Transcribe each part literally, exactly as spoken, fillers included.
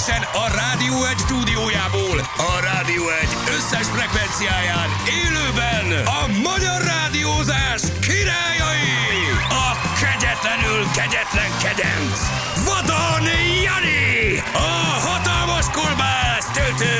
Egyenesen a Rádió egy stúdiójából, a Rádió egy összes frekvenciáján élőben a magyar rádiózás királyai, a kegyetlenül kegyetlen kedenc, Vadon Jani, a hatalmas kolbász töltő,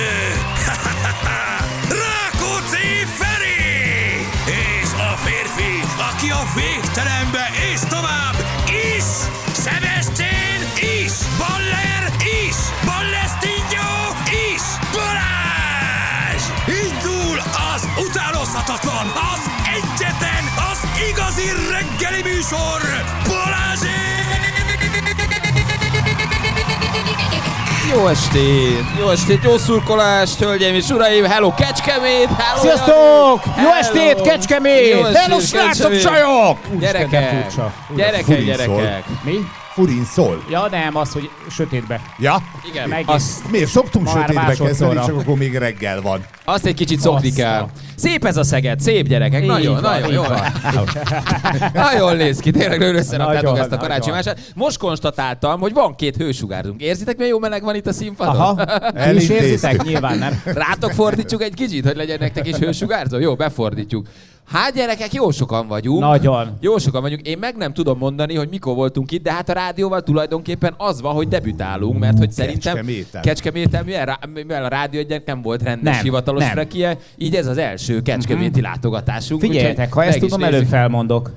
Rákóczi Feri, és a férfi, aki a végtelenbe és tovább is, Sebestyén is, Baller is, Ballestinho is, Balázs! Indul az utánozhatatlan, az egyetlen, az igazi reggeli műsor, Balázsék! Jó estét! Jó estét, jó szurkolást, hölgyeim és uraim! Hello, Kecskemét! Hello, sziasztok! Hello. Jó estét, Kecskemét! Jó estét, hello, srácok, csajok! Gyerekek! Gyerekek, gyerekek! Mi? Furin szól. Ja, nem, az, hogy sötétbe. Ja? Igen. Meg Azt, miért szoktunk Ma sötétbe másodszorra. kezdeni, csak akkor még reggel van. azt egy kicsit szokni kell. Szép ez a Szeged, szép gyerekek, Így nagyon, van, nagyon így jó. van. Nagyon néz ki, tényleg nagyon összeraktátok Nagyon, ezt a karácsonyi nagyon. mását. Most konstatáltam, hogy van két hősugárzunk. Érzitek, milyen jó meleg van itt a színpadon? Aha, ti is érzitek? Nyilván nem. Rátok fordítsuk egy kicsit, hogy legyen nektek is hősugárzó? Jó, befordítjuk. Hát gyerekek, jó sokan vagyunk. Nagyon. Jó sokan vagyunk. Én meg nem tudom mondani, hogy mikor voltunk itt, de hát a rádióval tulajdonképpen az van, hogy debütálunk, mert hogy szerintem Kecskeméten. Kecskeméten, mivel, mivel a Rádió egyen nem volt rendes Nem, hivatalos nem. frekie, így ez az első kecskeméti látogatásunk. Figyeljetek, ha úgyhogy ezt meg is tudom, nézzük. előbb felmondok.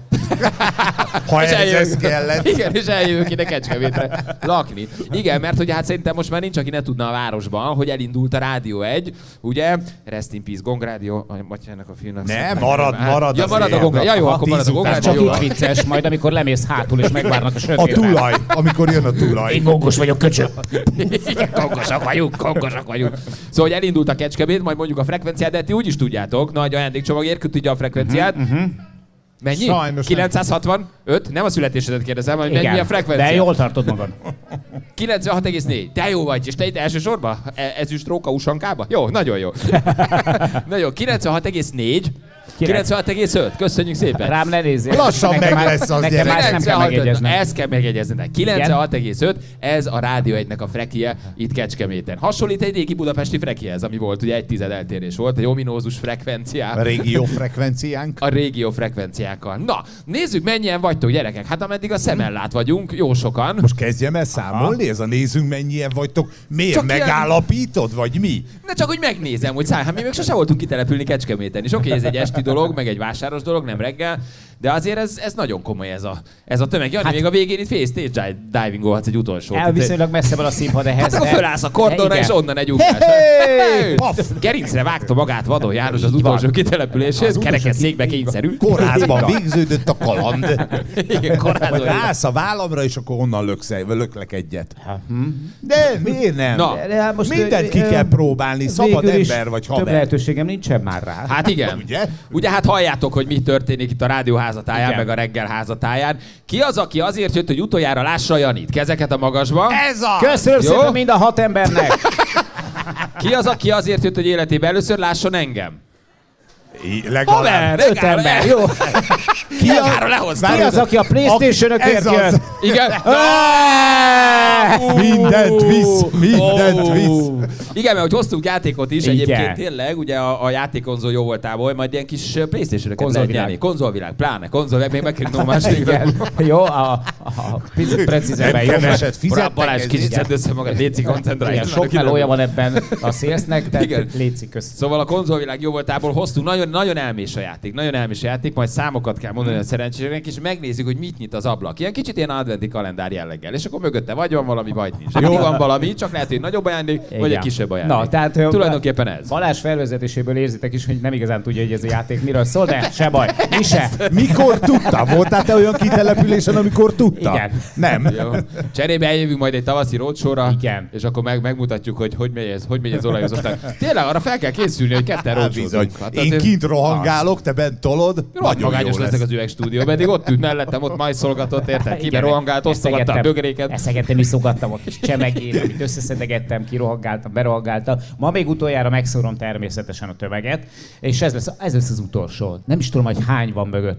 Ha És ez, eljövök- ez kellett. Igen, és eljövök ide Kecskemétre lakni. Igen, mert hogy hát szerintem most már nincs, aki ne tudna a városban, hogy elindult a Rádió egy, ugye? Rest in peace, Gong Rádió, vagy ennek a filmnek. Nem, szépen- marad, Hát- marad Ja, az marad a ilyen. Gong Rádió. Ja, jó, Aha, akkor marad a tíz Gong után. Rádió. Csak Jó. itt vicces, majd amikor lemész hátul és megvárnak a A sötétben. tulaj, amikor jön a tulaj. Én gongos vagyok, köcsög. Igen, kongosak vagyunk, kongosak vagyunk. Szóval, hogy elindult a Kecskemét, majd mondjuk a frekvenciát, de ti úgy is tudjátok, nagy ajándékcsomagért tudja a frekvenciát. Mennyi? Sajnos kilencszázhatvanöt? Nem a születésedet kérdezem, hogy mennyi a frekvencia. de jól tartod magad. kilencvenhat egész négy. Te jó vagy, és te itt elsősorban? E- ezüst róka usankába? Jó, nagyon jó. Na jó, kilencvenhat egész négy. kilencvenhat egész öt. Köszönjük szépen. Rám ne nézzél. Lassan Nekem meg már- lesz az Nekem már gyerek. ezt nem kell megjegyeznem. Ezt kell megjegyeznetek. kilencvenhat egész öt, ez a Rádió egynek a frekie itt Kecskeméten. Hasonlít egy régi budapesti frekihez, ami volt, ugye egy tized eltérés volt, egy ominózus frekvenciá. A régió frekvenciánk. A régió frekvenciákkal. Na, nézzük, mennyien vagytok, gyerekek. Hát ameddig a szemellát vagyunk, jó sokan. Most kezdjem el számolni, ez a nézzünk mennyien vagytok. Miért Csak ilyen- megállapítod, vagy mi? Ne csak úgy megnézem, hogy száll. Hát mi még sose voltunk kitelepülni Kecskeméten. És oké, ez egy esti dolog, meg egy vásáros dolog, nem reggel. De azért ez, ez nagyon komoly ez a, ez a tömeg. Jani, hát, még a végén itt fél stage divingolhatsz egy utolsó. El viszonylag messze van a színpad ehhez. Hát akkor de- fölállsz a kordonra, Igen. és onnan egy ugrás. Hey! Paf! Gerincre vágta magát Vadon János az utolsó kitelepüléshez, kerekes székbe kényszerült. Kórházban végződött a kaland. Igen, Vagy kórházban. állsz a vállamra, és akkor onnan löksz, löklek egyet. De miért nem? Na, De hát most, Mindent ki ö, kell próbálni, szabad végül is ember vagy több haver. lehetőségem nincsen már rá. Hát igen. Ugye? Ugye hát halljátok, hogy mi történik itt a rádió házatáján, Igen. meg a reggel házatáján. Ki az, aki azért jött, hogy utoljára lássa Janit? Kezeket a magasba. Ez a... Köszönöm Jó. szépen mind a hat embernek! Ki az, aki azért jött, hogy életében először lásson engem? I- Legalább. Haver, Öt ember, jó? Ki az, lehoztál. Ki az, aki a Playstation-ökért Ez az. jött? Igen. Mindent visz, mindent visz. Igen, mert hogy hoztunk játékot is, Igen. egyébként tényleg, ugye a, a játékkonzol jó voltából, majd ilyen kis Playstation-öket lehet Konzolvilág. nyerni. Konzolvilág, pláne, konzolvilág, még meg kell írnom másikra. Igen. Jó, a, a picit precízebben jó. Keveset fizettek. Balázs, ez kicsit így. szedd össze magad, léci koncentrálj. Igen, sok melója van ebben a szélsznek, Igen. tehát létszik közt. Szóval a konzolvilág jó voltából hoztunk, nagyon, nagyon elmés a játék, nagyon elmés a játék, majd számokat kell mondani a szerencséseknek, és megnézzük, hogy mit nyit az ablak. Ilyen kicsit ilyen adventi kalendár jelleggel, és akkor mögötte vagy van valami, vagy nincs. Jó, van valami, csak lehet, hogy nagyobb ajándék, vagy egy Igen. kisebb ajándék. Na, tehát ö, tulajdonképpen ez. Balázs felvezetéséből érzitek is, hogy nem igazán tudja, hogy ez a játék miről szól, de se baj, mi se. Mikor tudta? Voltál te olyan kitelepülésen, amikor tudta? Igen. Nem. Jó. Cserébe eljövünk majd egy tavaszi roadshow-ra, Igen. és akkor meg, megmutatjuk, hogy hogy megy ez, hogy megy ez olajozottan. Tényleg arra fel kell készülni, hogy ketten Hát bizony. roadshow-zunk. Hát Én azért- kint rohangálok, te bent tolod. Rohadt Nagyon magányos jó leszek lesz. az üvegstúdió, pedig ott ült mellettem, ott majszolgatott, érted? Kibe Igen, rohangált, osztogatta a eszegettem- bögréket. Eszegettem, iszogattam a kis csemegét, amit összeszedegettem, kirohangáltam, berohangáltam. Ma még utoljára megszórom természetesen a tömeget, és ez lesz, ez lesz az utolsó. Nem is tudom, hogy hány van mögöttem.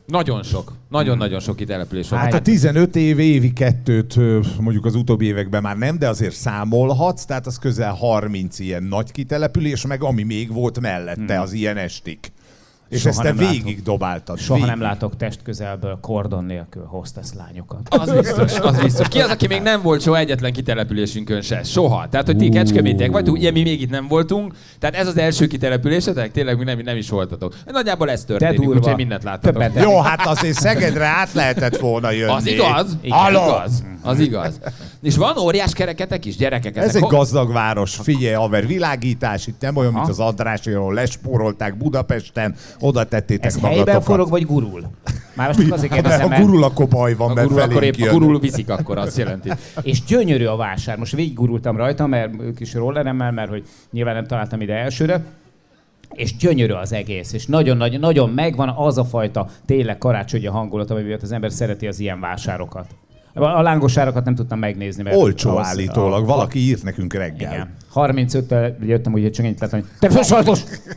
Nagyon sok. Nagyon-nagyon sok kitelepülés van. Hát a tizenöt év, évi kettőt mondjuk az utóbbi években már nem, de azért számolhatsz, tehát az közel harminc ilyen nagy kitelepülés, meg ami még volt mellette, az ilyen estik. És Soha ezt te nem végig látok. dobáltad. Soha végig. nem látok testközelből kordon nélkül hostess lányokat. Az biztos, az biztos. Ki az, aki még nem volt soha egyetlen kitelepülésünkön se? Soha. Tehát, hogy ti kecskemétiek vagytok, ugye mi még itt nem voltunk. Tehát ez az első kitelepülésetek? Tényleg mi nem, nem is voltatok. Nagyjából ez történik, úgyhogy mindent láttatok. Többet Jó, hát azért Szegedre át lehetett volna jönni. Az igaz? Igen, igaz. Az igaz. És van óriás kereketek is, gyerekek? Ez egy gazdag város. Figyelj, haver, világítás itt nem olyan, mint az Andrássy, ahol lespórolták Budapesten, oda tettétek Ez magatokat. helyben forog, vagy gurul? Már most csak azért kérdezem, Ha mert... gurul, akkor baj van, A mert gurul, akkor felénk épp a jön. gurul viszik, akkor azt jelenti. És gyönyörű a vásár. Most végiggurultam rajta, mert kis rolleremmel, mert hogy nyilván nem találtam ide elsőre. És gyönyörű az egész, és nagyon-nagyon nagyon megvan az a fajta tényleg karácsonyi hangulat, amivel az ember szereti az ilyen vásárokat. A lángosárokat nem tudtam megnézni, mert... Olcsó az- állítólag, a- valaki írt nekünk reggel. Igen. harmincöttel jöttem, úgy csak ennyit láttam, hogy te fősajtos!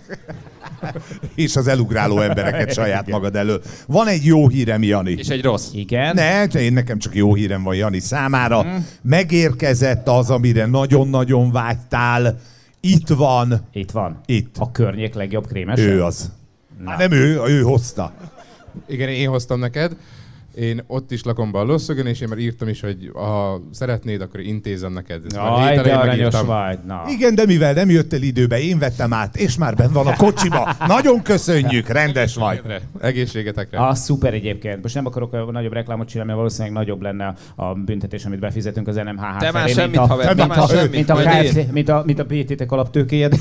És az elugráló embereket saját magad elől. Van egy jó hírem, Jani. És egy rossz. Igen. Ne, én nekem csak jó hírem van Jani számára. Mm. Megérkezett az, amire nagyon-nagyon vágytál. Itt van. Itt van. Itt. A környék legjobb krémese. Ő az. Hát nem ő, ő hozta. Igen, én hoztam neked. Én ott is lakom Ballosszögön, és én már írtam is, hogy ha szeretnéd, akkor intézem neked. Ezt már Jaj, hét de elején aranyos megírtam. vagy. Na. Igen, de mivel nem jöttél időbe, én vettem át, és már benn van a kocsiba. Nagyon köszönjük, rendes vagy. Egészségetekre. Az szuper egyébként. Most nem akarok a nagyobb reklámot csinálni, mert valószínűleg nagyobb lenne a büntetés, amit befizetünk az en em há há Te már felé, semmit, mint a, haver, mint te a, már semmit. mint a, Majd ká ef én. cé, mint a, mint a bé té-tek alaptőkéjed.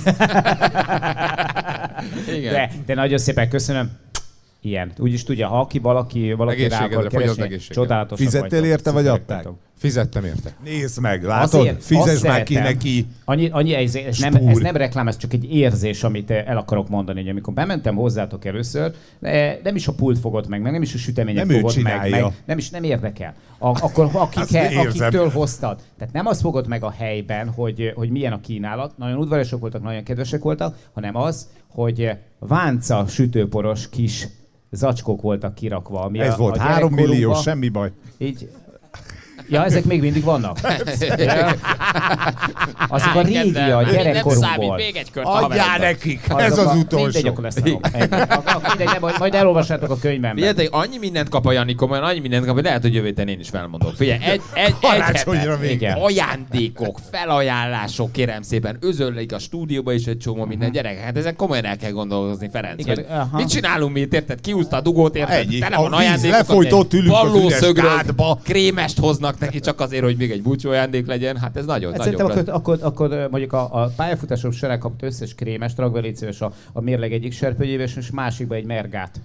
Igen. De, de nagyon szépen köszönöm. Ilyen. Úgyis tudja, ha aki valaki, valaki rá Egészségedre, akar fogyasd keresni, egészségedre. csodálatosak Fizettél vagytok, érte, vagy szuperek adták? vagytok. Fizettem érte. Nézd meg, látod? Azért, Fizes azt már ki szeretem. neki. Annyi, annyi ez, ez, nem, Spúr. ez nem reklám, ez csak egy érzés, amit el akarok mondani, hogy amikor bementem hozzátok először, de nem is a pult fogott meg, meg nem is a sütemények Nem ő fogott meg, csinálja. meg, nem is nem érdekel. A, akkor Azt akik, érzem. akiktől hoztad. Tehát nem az fogott meg a helyben, hogy, hogy milyen a kínálat, nagyon udvariasok voltak, nagyon kedvesek voltak, hanem az, hogy vánca sütőporos kis zacskók voltak kirakva. Ami Ez a, volt a három millió, gyerekkorunkban semmi baj. Így. Ja, ezek még mindig vannak? Ja. Azok a régi a Nem számít, gyerekkorunkból. még egy kört a Adjál haverodban. nekik! Azok Ez a- az utolsó. Mindegy, akkor lesz a mindegy, nem, majd, majd elolvassátok a könyvemben. Figyeljetek, annyi mindent kap a Jani komolyan, annyi mindent kap, hogy lehet, hogy jövő héten én is felmondok. Figyelj, egy, egy, egy Karácsonyra hete. még. Igen. Ajándékok, felajánlások, kérem szépen, özönlik a stúdióba is egy csomó minden gyerek. Hát ezen komolyan el kell gondolkozni, Ferenc. Igen, Hogy aha. mit csinálunk mi itt, érted? Kiúzta a dugót, érted? Ennyi. Tele A van víz, ajándékokat, lefolytott egy ülünk az üres pallószögről, kádba. krémest hoznak neki csak azért, hogy még egy búcsú ajándék legyen. Hát ez nagyon, Hát nagyon szerintem klassz. akkor, akkor, akkor mondjuk a, a pályafutásom során kapott összes krémest, rakd be légy szíves a, a mérleg egyik serpőjébe, és másikba egy mergát.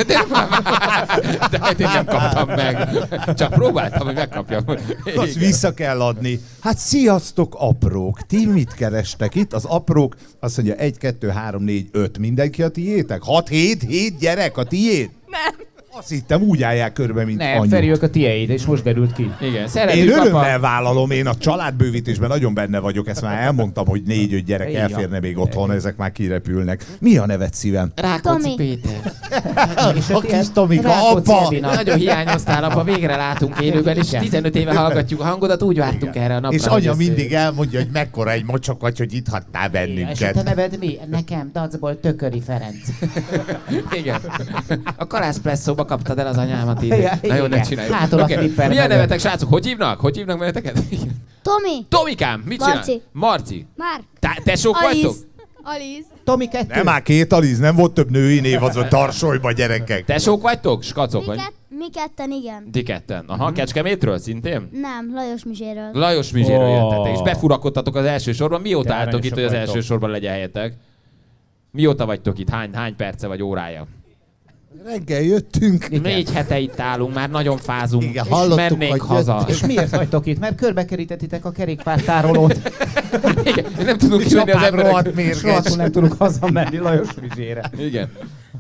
De hát én nem kaptam meg. Csak próbáltam, hogy megkapjam. Azt vissza kell adni. Hát sziasztok, aprók! Ti mit kerestek itt? Az aprók azt mondja egy, kettő, három, négy, öt. Mindenki a tiétek? Hat, hét, hét gyerek a tiéd? Nem. Azt hittem, úgy állják körbe, mint Nem, anyuk. Feri, ők a tieid, és most derült ki. Igen, Én szeretjük, apa. örömmel vállalom, én a családbővítésben nagyon benne vagyok, ezt már elmondtam, hogy négy-öt gyerek Igen. elférne még otthon, ezek már kirepülnek. Mi a neved, szívem? Rákóczi Tomi. Péter. És A kis Tomika, Rákóczi apa! Edina. Nagyon hiányoztál, apa, végre látunk élőben, és Igen. tizenöt éve hallgatjuk a hangodat, úgy vártunk erre a napra. És hogy anya ezt- mindig elmondja, hogy mekkora egy mocsok vagy, hogy itt hagytál És a te bennünket. neved mi? Nekem Dacból Tököri Ferenc. Igen. A Kalászpresszóba kaptad el az anyámat így. Igen, Na jó, ne igen. csináljuk. Hátul a Oké. flipper Milyen neved. nevetek, srácok? Hogy hívnak? Hogy hívnak neveteket? Tomi! Tomikám, mit csinál? Marci. Marci. Már! Tá- tesók vagytok? Aliz! Aliz! Tomi kettő. Nem már két Aliz, nem volt több női név az a tarsolyba, gyerekek. Tesók vagytok? Skacok Mi, vagy? kett, mi ketten, igen. Ti ketten. Aha, Kecskemétről szintén? Nem, Lajos Mizséről. Lajos Mizséről Oh. jöttetek, és befurakodtatok az első sorban. Mióta De álltok itt, aranyosak hogy az vagytok. első sorban legyen helyetek? Mióta vagytok itt? Hány, hány perce vagy órája? Reggel jöttünk. Négy hete itt állunk, már nagyon fázunk, Igen, és hallottuk, mennénk hogy haza. És miért vagytok itt? Mert körbekerítetitek a kerékpártárolót. Igen, nem tudunk És kivenni az apám emberek. rohadt mérges. Soha nem tudunk hazamenni Lajos Mizsére. Igen.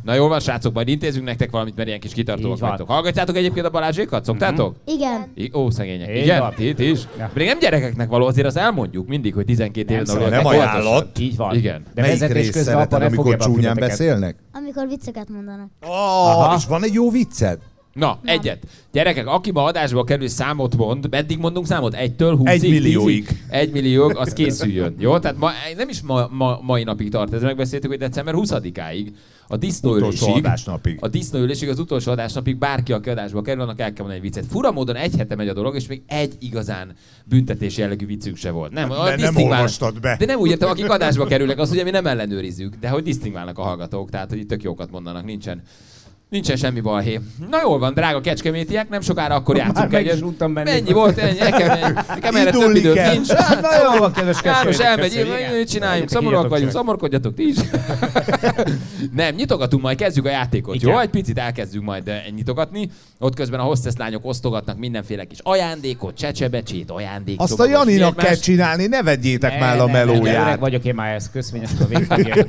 Na jól van, srácok, majd intézünk nektek valamit, mert ilyen kis kitartóak vagytok. Hallgatjátok egyébként a Balázsékat? Szoktátok? Igen. I- Ó, szegények. Így Igen, van. itt is. Ja. Pedig nem gyerekeknek való, azért azt elmondjuk mindig, hogy tizenkét éven Nem alul. nem óvatosan. ajánlott. Így van. Igen. De Melyik vezetés részt közben apa szereted, ne fogja amikor be a csúnyán fületeket. beszélnek? Amikor vicceket mondanak. Oh, és van egy jó vicced? Na, egyet. Gyerekek, aki ma adásba kerül számot mond, meddig mondunk számot? Egytől húszig? Egy millióig. tízig? Egy millióig, az készüljön. Jó? Tehát ma, nem is ma, ma, mai napig tart ez, megbeszéltük, hogy december huszadikáig a Utolsó disznóülésig, adásnapig. a disznóülésig, az utolsó adásnapig bárki, aki adásba kerül, annak el kell mondani egy viccet. Fura módon egy hete megy a dolog, és még egy igazán büntetés jellegű viccünk se volt. Nem, a Mert nem disztingvál- olvastad be. De nem úgy értem, akik adásba kerülnek, azt ugye mi nem ellenőrizzük, de hogy disztingválnak a hallgatók, tehát hogy itt tök jókat mondanak, nincsen. Nincsen semmi balhé. Na jól van, drága kecskemétiek, nem sokára akkor játszunk meg is egyet. untam bennük. Mennyi volt? Ennyi, nekem, nekem erre több Indulni időm kell. nincs. Na jó van, kedves János kecskemétek, elmegy, köszönjük, igen. mit csináljunk, Menjetek, szomorúak írjatok vagyunk, csak. szomorkodjatok ti is. Nem, nyitogatunk majd, kezdjük a játékot, Igen. jó? Egy picit elkezdünk majd eh, nyitogatni. Ott közben a hostess lányok osztogatnak mindenféle kis ajándékot, csecsebecsét, ajándék. Azt a Janinak kell csinálni, ne vegyétek már a Ne, ne, ne, ne, Öreg melóját. vagyok én már, ez köszönjük a végén.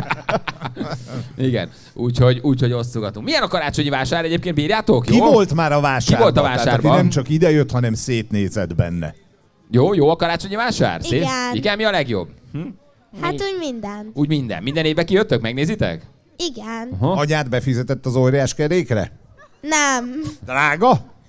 Igen, úgyhogy, úgyhogy osztogatunk. Milyen a karácsonyi vásár egyébként, bírjátok? Ki Jó? volt már a vásárban? Ki volt a Tehát, aki vásárban? nem csak idejött, hanem szétnézett benne. Jó, jó a karácsonyi vásár? Szép? Igen. Igen, mi a legjobb? Hm? Hát úgy minden. Úgy minden. Minden évben kijöttök? Megnézitek? Igen. Aha. Anyád befizetett az óriás kerékre? Nem. Drága?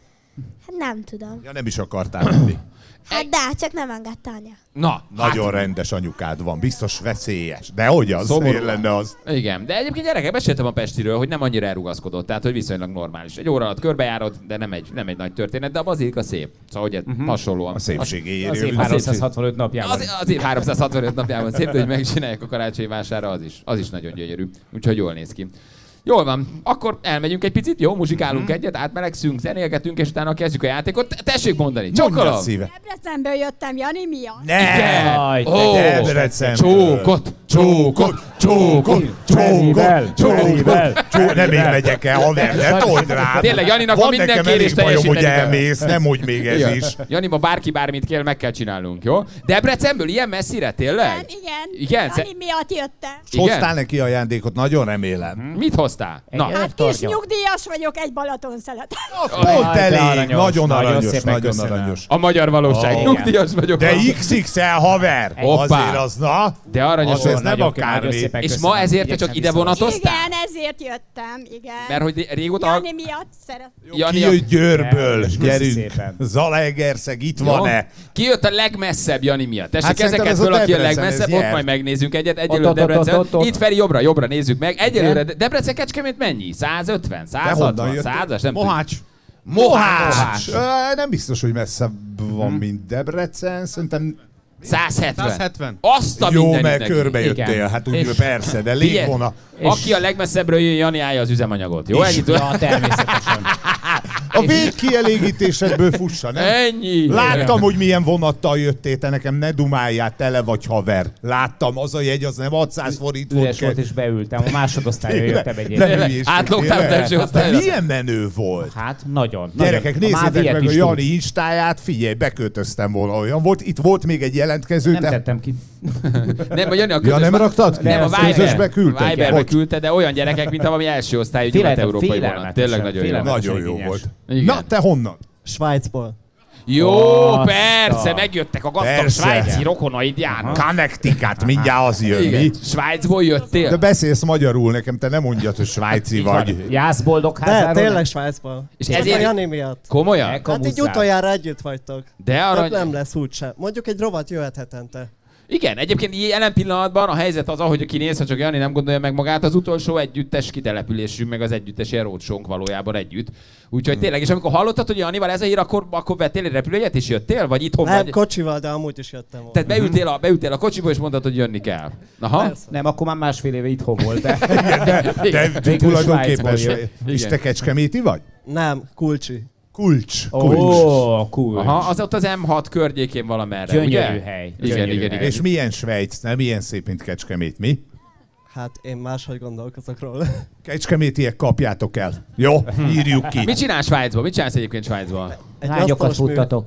Hát nem tudom. Ja, nem is akartál menni. Hát de, csak nem engedte anya. Na, Nagyon rendes anyukád van, biztos veszélyes. De hogy az? Szomorú. Miért lenne az? igen, de egyébként gyerekek, meséltem a Pestiről, hogy nem annyira elrugaszkodott, tehát hogy viszonylag normális. Egy óra alatt körbejárod, de nem egy, nem egy nagy történet, de a bazilika szép. Szóval hogy uh-huh. hasonlóan. A szépségé Az év érő. háromszázhatvanöt napjában. Az, az év háromszázhatvanöt napjában szép, de hogy megcsinálják a karácsonyi vásárra, az is, az is nagyon gyönyörű. Úgyhogy jól néz ki. Jól van, akkor elmegyünk egy picit, jó, muzsikálunk Mhm. egyet, átmelegszünk, zenélgetünk, és utána kezdjük a játékot. Te- Tessék mondani, Mondja csokkolom! szíve. Debrecenből jöttem Jani miatt. Ne! Jaj, Ó, Debrecenből. csókot, csókot, csókot, Csókot, Csókot, csókot. Nem én megyek el, haver, ne told rám. Tényleg, Janinak ma Van minden nekem kérést elég bajom, hogy teljesíteni kell. elmész, nem úgy még ez Igen. is. Jani, ma bárki bármit kér, meg kell csinálnunk, jó? Debrecenből ilyen messzire, tényleg? Igen, igen. Igen? Jani miatt jöttem. És hoztál neki ajándékot, nagyon remélem. Mit hoztál? Na, Egy- Hát Tornya. kis nyugdíjas vagyok, egy Balaton szelet. Az pont de elég, aranyos, nagyon nagyon aranyos, szépen nagyon köszönöm. aranyos. a magyar valóság. Ó. Nyugdíjas vagyok. De iksz iksz el haver, Hoppá. azért az na. De aranyos. Az ez volt. nem Nagyon- akármi. nagyon szépen És köszönöm. ma ezért te Igyekszem csak ide vissza- vonatoztál? Igen, ezért jöttem, igen. Mert hogy régóta... Jani miatt szeret. Jani, Ki jött Győrből, Köszi gyerünk. szépen. Zalaegerszeg itt Jó? van-e? Ki jött a legmesszebb Jani miatt? Tessék Hát szerintem ezeket ez a föl, aki a Debrecen, legmesszebb, ez ott nyert. majd megnézzünk egyet. Egyelőre Ott, ott, ott, Debrecen. ott, ott. Itt Feri jobbra, jobbra nézzük meg. Egyelőre De- Debrecen Kecskemét mennyi? százötven, De honnan százhatvan, jöttél? százas? Nem tudom. Mohács. Mohács. Mohács. Ö, Nem biztos, hogy messzebb van, mint Debrecen. Szerintem százhetven. százhetven. Azt a jó, mindenit mert neki. körbejöttél. Igen. Hát úgy És- persze, de Figyelj, légvona. Aki a legmesszebbről jön, Jani állja az üzemanyagot. Jó, ennyit? Ja, természetesen. A végkielégítésedből fussa, nem? Ennyi. Láttam, hogy milyen vonattal jöttél, te nekem ne dumáljál, tele vagy haver. Láttam, az a jegy, az nem hatszáz forint volt. Üres volt és beültem. A másodosztályra jöttem Ne egyébként. hülyéskedj, Átlógtál tényleg? első De osztályra? milyen menő volt. Hát nagyon. Gyerekek, nagyon. A nézzétek Máviet meg is a tud. Jani instáját, figyelj, beköltöztem volna olyan volt. Itt volt még egy jelentkező, Nem te... tettem ki. Nem, a Jani a Ja, közös... nem raktad? Nem, a Nem, Viberbe. küldtek. Viberbe Bocs. küldte, de olyan gyerekek, mint a valami első osztályú Félelmet- nyugat-európai vonat. félelmetesen, Tényleg nagyon jó. félelmetesen. Nagyon jó igényes. volt. Igen. Na, te honnan? Svájcból. Jó, Azt persze, a- megjöttek a gazdag Persze. svájci rokonaid, János. Connecticut, mindjárt az jön, Igen. mi? Svájcból jöttél? De beszélsz magyarul, nekem te nem mondjad, hogy svájci vagy. Jász boldog De házáról. tényleg Svájcból. És Csak ezért- a Jani miatt. Komolyan? Eka Hát így muszál. utoljára együtt vagytok. De arra... Hát nem lesz úgyse. Mondjuk egy rovat jöhet hetente. Igen, egyébként jelen pillanatban a helyzet az, ahogy kinéz, ha csak Jani nem gondolja meg magát, az utolsó együttes kitelepülésünk, meg az együttes ilyen roadshow-nk valójában együtt. Úgyhogy tényleg, és amikor hallottad, hogy Janival ez a hír, akkor, akkor vettél egy repülőjegyet és jöttél? Vagy itthon Nem, vagy? kocsival, de amúgy is jöttem volna. Tehát beültél a, beültél a kocsiba és mondtad, hogy jönni kell. Aha. Persze. Nem, akkor már másfél éve itthon volt, de... De Végül tulajdonképpen Svájcból se. jön. És te kecskeméti vagy? Nem, kulcsi. Kulcs. Ó, Kulcs. oh, cool. Aha, az ott az em hat környékén valamerre, Gyönyörű ugye? hely. Igen, Gyönyörű igen, hely. igen. És milyen Svájc? Nem ilyen szép, mint Kecskemét, mi? Hát én máshogy gondolkozok róla. Kecskemétiek, kapjátok el. Jó, írjuk ki. Mit csinál Svájcban? Mit csinálsz egyébként Svájcban? Hányokat futtatok?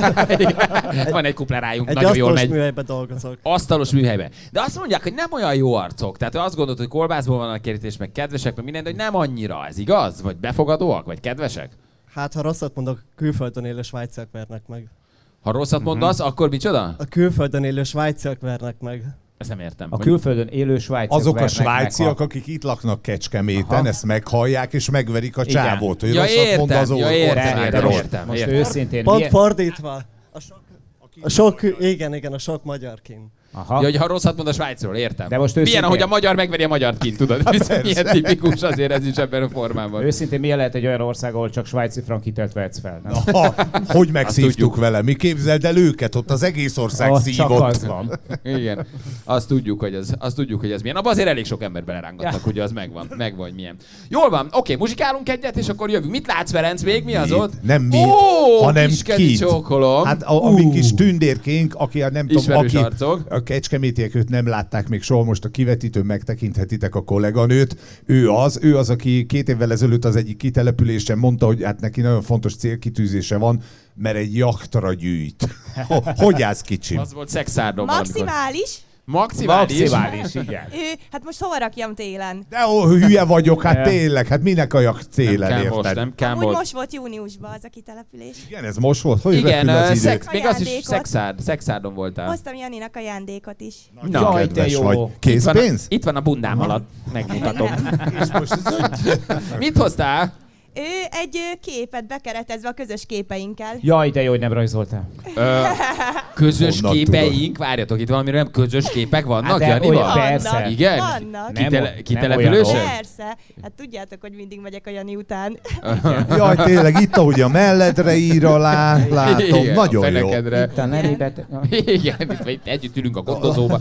Van egy kuplerájunk, Egy nagyon jól asztalos megy. műhelyben dolgozok. Asztalos műhelyben. De azt mondják, hogy nem olyan jó arcok. Tehát azt gondolod, hogy kolbászból van a kerítés, meg kedvesek, meg minden, de hogy nem annyira. Ez igaz? Vagy befogadóak, vagy kedvesek? Hát ha rosszat mondok, külföldön élő svájciak vernek meg. Ha rosszat mondasz, akkor micsoda? A külföldön élő svájciak vernek meg. Ezt nem értem. A külföldön élő svájciak Azok a vernek svájciak, meg, akik itt laknak Kecskeméten, Aha. ezt meghallják és megverik a Igen. csávót, hogy Ja, rosszat mond értem, az ja, értem, országról. értem, értem. Most értem. őszintén, Pont milyen... fordítva. A sok, a sok, igen, igen, a sok magyar kint. Aha. Ja, hogy ha rosszat mond a Svájcról, értem. De most milyen, őszintén- ahogy a magyar megveri a magyart kint, tudod? Ez milyen tipikus azért ez is ebben a formában. Őszintén milyen lehet egy olyan ország, ahol csak svájci frank hitelt vehetsz fel? Nem? Ha, hogy megszívtuk tudjuk. vele? Mi képzeld el őket? Ott az egész ország Ahol csak szívott. az van. Igen. Azt tudjuk, hogy ez, azt tudjuk, hogy ez milyen. Abban azért elég sok ember belerángatnak, ugye az megvan, megvan, hogy milyen. Jól van, oké, muzsikálunk egyet, és akkor jövünk. Mit látsz, Ferenc, még mi az Mit? ott? Nem mi, Ó, hanem kiskedi kit. csókolom. Hát a, a mi kis tündérkénk, aki a nem tudom, Ismerős aki arcok. a kecskemétiek őt nem látták még soha, most a kivetítőn megtekinthetitek a kolléganőt. Ő az, ő az, aki két évvel ezelőtt az egyik kitelepülésen mondta, hogy hát neki nagyon fontos célkitűzése van, mert egy jachtra gyűjt. Hogy állsz, kicsim? Az volt szexárdom. Maximális. Maximális. Maximális, igen. Ő, hát most hova rakjam télen? De ó, hülye vagyok, hát Ja. tényleg, hát minek a jacht télen, Nem kell most, érted? nem kell Amúgy most. most volt júniusban az a kitelepülés. Igen, ez most volt? Hogy Igen, repül az ö, idő? szex, még az is Ajándékot. szexárd, szexárdon voltál. Hoztam Janinak ajándékot is. Na, Jaj, de Kedves jó. vagy. Itt van, a, Készpénz? itt van a bundám alatt, megmutatom. És most ez Mit hoztál? Ő egy ö, képet bekeretezve a közös képeinkkel. Jaj, de jó, hogy nem rajzoltál. Ö, közös Honnan képeink, várjatok, itt valami nem közös képek vannak, Hát de Janival? olyan, persze. Vannak, Igen? Vannak. Nem Kitele, o- nem kitelepülősen? olyanok. Persze. Hát tudjátok, hogy mindig megyek a Jani után. Jaj, tényleg, itt ahogy a melledre ír alá, látom, Igen, nagyon a jó. fenekedre. Itt a nerébet... Igen, itt, itt együtt ülünk a gondozóba.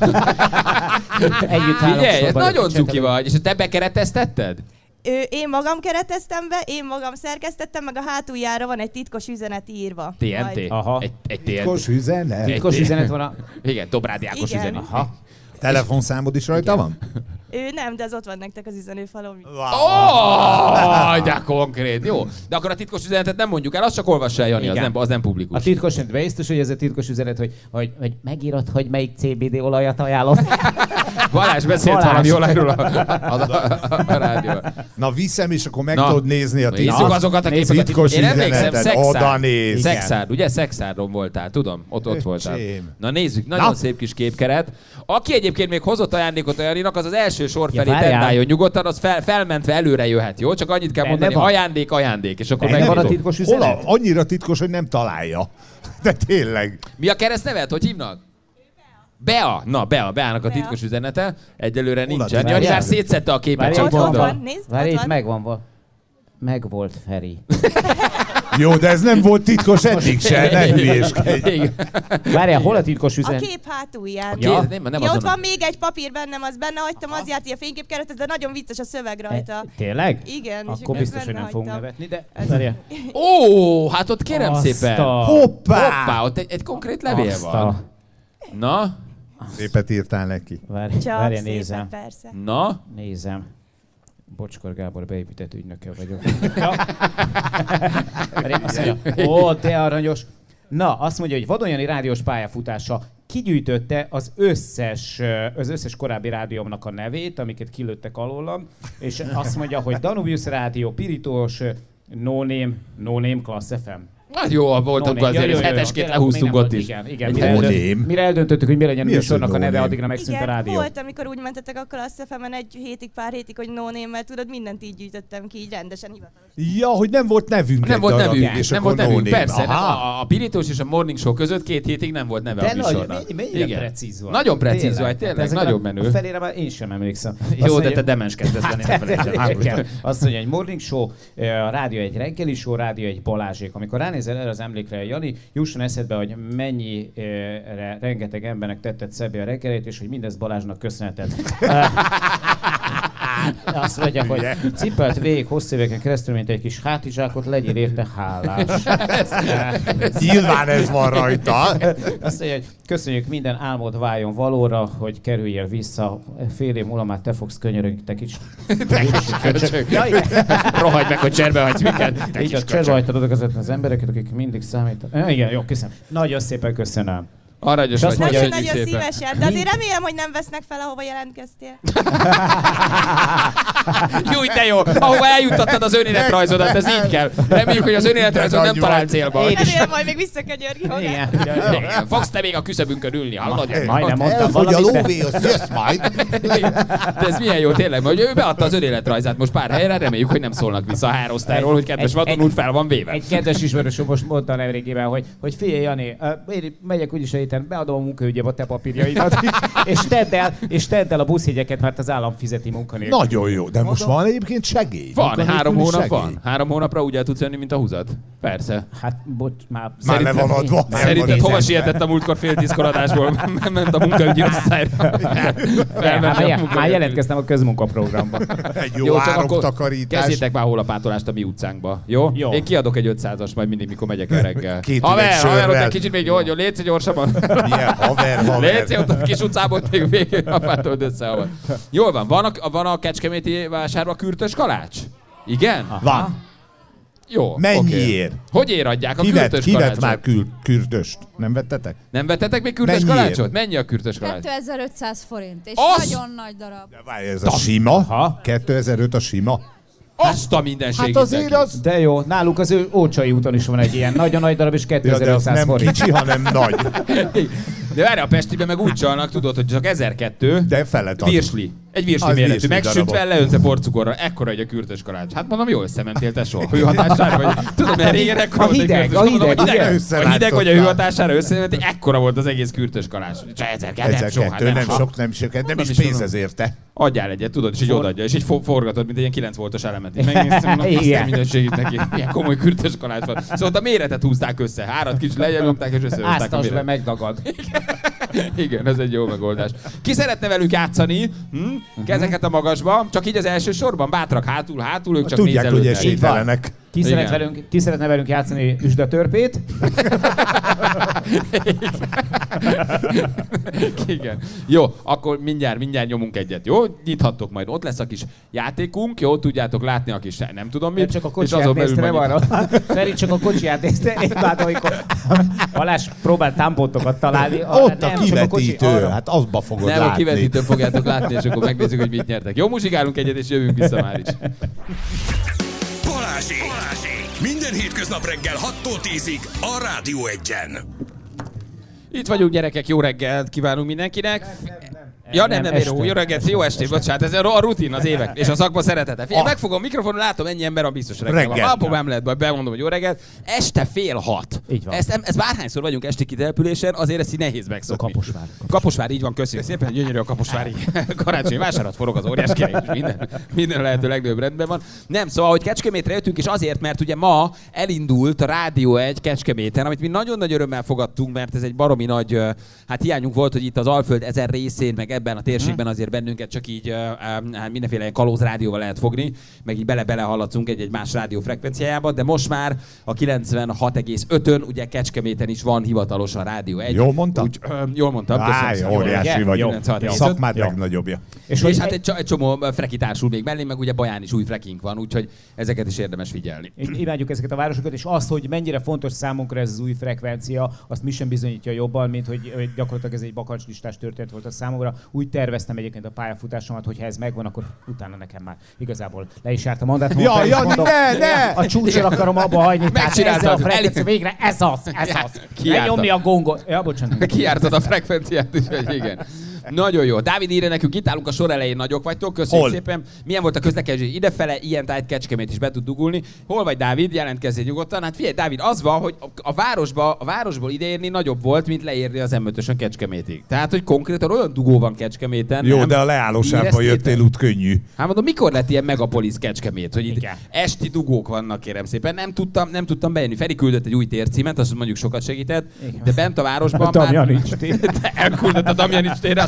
Együtt Figyelj, ez hálósorban nagyon csináltam. cuki vagy, és te bekereteztetted? Ő, én magam kereteztem be, én magam szerkesztettem, meg a hátuljára van egy titkos üzenet írva. té en Majd. té? Aha. Egy, egy té en té. Titkos üzenet? Titkos üzenet van a... Igen, Dobrád Ákos Igen. üzenet. Aha. Telefonszámod is rajta van? Ő nem, de az ott van nektek az üzenőfalon. Oh, de konkrét, jó. De akkor a titkos üzenetet nem mondjuk el, azt csak olvassa el, Jani, az Igen. nem, az nem A publikus. titkos üzenet, biztos, hogy ez a titkos üzenet, hogy, hogy, hogy megírod, hogy melyik cé bé dé olajat ajánlom. Balázs beszélt Balázs. valami olajról a, a, a, a, a rádióban. Na viszem, és akkor meg Na. tudod nézni a Nézzük titkos, azokat a Nézzük képeket. titkos Én emlékszem, üzenetet. Oda szexárd. néz. Szexárd, ugye? Szexárdon voltál, tudom, ott, ott voltál. Öcsém. Na nézzük, nagyon Na. szép kis képkeret. Aki egyébként még hozott ajándékot a Janinak, az az első sor Ja, felé várjál. tendáljon nyugodtan, az fel, felmentve előre jöhet, jó? Csak annyit kell Benne mondani, van. ajándék, ajándék, és akkor Benne van a megnyitod. titkos Hol üzenet? a, annyira titkos, hogy nem találja. De tényleg. Mi a keresztnevet? Hogy hívnak? Bea. Na, Bea. Beának a Bea. titkos üzenete. Egyelőre Hol a nincsen. titkos Jani már üzenet? szétszedte a képet, Várj, csak Ott, van, ott mondom. van, nézd, Várj, ott itt van. megvan. va- Meg volt Feri. Jó, de ez nem volt titkos eddig se, ne hülyéskedj. Igen. Várjál, hol a titkos A üzenet? kép hátulján. Ja. Nem, nem Ja, azon ott a- van még egy papír bennem, az benne hagytam, az járt, hogy a fényképkeret, de nagyon vicces a szöveg rajta. E, Tényleg? Igen, és Akkor akkor biztos, hogy benne nem fogunk hagytam. nevetni, de... Várjál. Ó, hát ott kérem Azt szépen. a- Hoppá! Hoppá, ott egy, egy konkrét levél Azt van. a- Na, Szépet írtál neki. Várj, Csak várjál, szépen, nézem. persze. na. Nézem. Bocskor Gábor beépített ügynöke vagyok. Ja. Várjál, azt mondja, ó, de aranyos. Na, azt mondja, hogy Vadonyani rádiós pályafutása kigyűjtötte az összes, az összes korábbi rádiómnak a nevét, amiket kilőttek alólam, és azt mondja, hogy Danubius Rádió, Pirítós, No Name, No Name, Class ef em. Hát jó, voltunk No Name. azért, Ja, jó, és jó, jó. hetesként Tényleg, akkor lehúztunk még nem ott volt. is. Igen, igen. Egy Mire, No eldönt, Name. mire eldöntöttük, hogy mi legyen a Mi az, műsornak a hogy No neve, Name? addigra megszűnt a Igen, rádió. volt, amikor úgy mentetek a Class ef emen egy hétig, pár hétig, hogy no name, mert tudod, mindent így gyűjtöttem ki, így rendesen hivatalos. Ja, hogy nem volt nevünk Nem egy volt darabig, nevünk, és nem akkor volt nevünk, no name. persze. Nem, Aha. a, a Pirítós és a Morning Show között két hétig nem volt neve De a nagy, műsornak. mennyi- mennyire precíz vagy. Nagyon precíz Tényleg. vagy, tényleg, Hát ezek nagyon a- menő. A felére már én sem emlékszem. Jó, Azt de mondja- te demens kezdesz lenni, ne felejtsd el. Igen. Azt mondja, egy morning show, a rádió egy reggeli show, rádió egy Balázsék. Amikor ránézel erre az emlékre, Jani, jusson eszedbe, hogy mennyire rengeteg embernek tetted szebbé a reggelét, és hogy mindezt Balázsnak köszönheted. Azt mondja, hogy cipelt végig hosszú éveken keresztül, mint egy kis hátizsákot, legyél érte hálás. Nyilván ez van rajta. Azt mondja, hogy köszönjük, minden álmod váljon valóra, hogy kerüljél vissza. Fél év múlva már te fogsz könyörögni, te kicsi. Rohagy meg, hogy cserbe hagysz minket. Így a cserbe hagytad oda között az embereket, akik mindig számítanak. Igen, jó, köszönöm. Nagyon szépen köszönöm. Aranyos vagy, mondja, Nagyon, köszönjük nagyon szépen. szívesen, de azért remélem, hogy nem vesznek fel, ahova jelentkeztél. Jó, de jó. Ahova eljuttattad az önéletrajzodat, ez így kell. Reméljük, hogy az önéletrajzod nem talál célba. Remélem, majd még visszakönyörgi magát. Igen. Igen. Fogsz te még a küszöbünkön ülni, hallod? Majdnem mondtam Elfogy a valamit, de- lóvé, az jössz majd. De ez milyen jó tényleg, hogy ő beadta az önéletrajzát most pár helyre, reméljük, hogy nem szólnak vissza a hárosztályról, hogy kedves Egy- vadon egy- úr fel van véve. Egy kedves ismerősöm most mondta nemrégiben, hogy, hogy figyelj, Jani, uh, én megyek úgyis a héten, beadom a munkaügyébe a te papírjaidat, és tedd el, és tedd el a buszjegyeket, mert az állam fizeti munkanélkül. Nagyon jó, de most van egyébként segély. Van, Munkanélküli három hónap segély. van. Három hónapra úgy el tudsz jönni, mint a húzat? Persze. Hát, bocs, már... Már le van adva. Szerinted hova sietett a múltkor fél tízkor adásból? Ment a munkaügyi osztályra. Már, már, már jelentkeztem a közmunkaprogramba. Egy jó, Jó, jó csak akkor ároktakarítás. kezdjétek már hólapátolást a mi utcánkba, jó? Jó. Én kiadok egy ötszázas majd mindig, mikor megyek el reggel. Két Haver, üveg haver, ott sörrel. egy kicsit még jó, hogy létsz gyorsabban. Milyen haver, haver. Létsz, ott a kis utcában ott még végig apátold össze. Ahol. Jól van, van a, van a Kecskeméti vásárban kürtös kalács? Igen? Van. Jó. Mennyiért? Okay. Hogy ér adják a Ki vett, kürtös ki vett kalácsot? már kür, kürdöst? Nem vettetek? Nem vettetek még kürtös Mennyiért? kalácsot? Mennyi a kürtös kalács? kétezer-ötszáz forint, és Az? nagyon nagy darab. De várj, ez a sima? Ha? kétezer-öt a sima? Azt a mindenségét. Hát azért neki. az... De jó, náluk az ő Ócsai úton is van egy ilyen nagyon nagy darab, és Ja, de az kétezer-ötszáz nem forint. kicsi, hanem nagy. De várj, a Pestiben meg úgy csalnak, tudod, hogy csak ezerkettő. De felett adunk. Virsli. Egy virsli Az méretű. virsli Megsütve, darabot. leönte porcukorra. Ekkora egy a kürtös kalács. Hát mondom, jól összementél tesó. A hőhatására vagy. Tudom, mert régen ekkora a volt egy hideg, kürtös. a Mondom, hideg, a hideg, igen. a hideg vagy a hőhatására összementél, ekkora volt az egész kürtös kalács. Csak ezerkettő, nem sok, hát Ezer-kettő, nem sok. sok, nem sok, nem Nem is is pénz tudom. ezért te. Adjál egyet, tudod, és így odaadja, és így fo- forgatod, mint egy ilyen kilenc voltos elemet. Így megnéztem, mondom, azt a Igen. minőségét neki. Milyen komoly kürtös kalács van. Szóval a méretet húzták össze. Hárat kicsit lejjebb és összehozták a Áztasd le, méretet. megdagad. Igen, ez egy jó megoldás. Ki szeretne velük játszani? Hm? Kezeket a magasba, csak így az első sorban, bátrak hátul, hátul, ők csak Tudják, hogy nézelődnek. esélytelenek. Ki, szeret Igen. velünk, ki szeretne velünk játszani üsdetörpét? Igen. Jó, akkor mindjárt, mindjárt nyomunk egyet, jó? Nyithattok majd. Ott lesz a kis játékunk, jó? Tudjátok látni a kis, nem tudom mit. Nem csak a és kocsiját azon belül nézte, nem majd- arra. Feri csak a kocsiját nézte, én már amikor Balázs próbál támpontokat találni. Ott a nem, csak a kocsi kivetítő, arra. hát azba fogod Nem, a látni. kivetítőn fogjátok látni, és akkor megnézzük, hogy mit nyertek. Jó, muzsikálunk egyet, és jövünk vissza már is. Balázsék! Balázsék! Minden hétköznap reggel hattól tízig a Rádió Egyen. Itt vagyunk, gyerekek, jó reggelt kívánunk mindenkinek. Ja, nem, nem, este. jó, jó reggelt, jó estét, bocsánat, ez a rutin az évek, és a szakma szeretete. Én megfogom a mikrofonon, látom, ennyi ember a biztos reggel van. Reggel. Abba nem lehet, majd bemondom, hogy jó reggelt. Este fél hat. Így van. Ezt, ezt bárhányszor vagyunk esti kitelepülésen, azért ezt így nehéz megszokni. Kaposvár. Kaposvár, így van, köszönjük szépen, gyönyörű a kaposvári karácsonyi vásárat, forog az óriás kerék, és minden, minden lehető legnagyobb rendben van. Nem, szóval, hogy Kecskemétre jöttünk, és azért, mert ugye ma elindult a Rádió egy Kecskeméten, amit mi nagyon nagy örömmel fogadtunk, mert ez egy baromi nagy, ö, hát hiányunk volt, hogy itt az Alföld ezer részén, meg ebben a térségben azért bennünket csak így ö, ö, hát mindenféle ilyen kalóz rádióval lehet fogni, meg így bele-bele hallatszunk egy-egy más rádió frekvenciájába, de most már a kilencvenhat egész ötön, ugye Kecskeméten is van hivatalosan Rádió egy. Jól mondtam? Úgy, ö, jól mondtam, Áj, köszönöm. óriási Jó, vagy. jó, kilencvenhat egész öt. Szakmád Jó. legnagyobbja. És, hogy és hát egy- egy, csa- egy csomó freki társul még mellé, meg ugye Baján is új frekink van, úgyhogy ezeket is érdemes figyelni. I- Imádjuk ezeket a városokat, és azt, hogy mennyire fontos számunkra ez az új frekvencia, azt mi sem bizonyítja jobban, mint hogy, hogy gyakorlatilag ez egy bakancslistás történet volt a számomra. Úgy terveztem egyébként a pályafutásomat, hogy ha ez megvan, akkor utána nekem már igazából le is járt a mandátum. Ja, Jani, ne, ne! A csúcsra akarom abba hagyni, tehát Megcsináltad. ezzel a frekvencia El- végre ez az, ez az. Kiártad. Lenyomni a gongot. Ja, bocsánat. Kiártad a frekvenciát is, hogy igen. Nagyon jó. Dávid írja nekünk, itt állunk a sor elején, nagyok vagytok, köszönjük Hol? szépen. Milyen volt a közlekedés idefele, ilyen tájt Kecskemét is be tud dugulni. Hol vagy Dávid? Jelentkezzél nyugodtan. Hát figyelj, Dávid, az van, hogy a városba, a városból ideérni nagyobb volt, mint leérni az em ötösön Kecskemétig. Tehát, hogy konkrétan olyan dugó van Kecskeméten. Jó, nem? de a leállósávba Éreztétek? jöttél út könnyű. Hát mondom, mikor lett ilyen megapolis Kecskemét, hogy itt Igen. esti dugók vannak, kérem szépen. Nem tudtam, nem tudtam bejönni. Feri küldött egy új tércímet, azt mondjuk sokat segített, Igen. de bent a városban Damjanics tér. De elküldött a Damjanics térre, az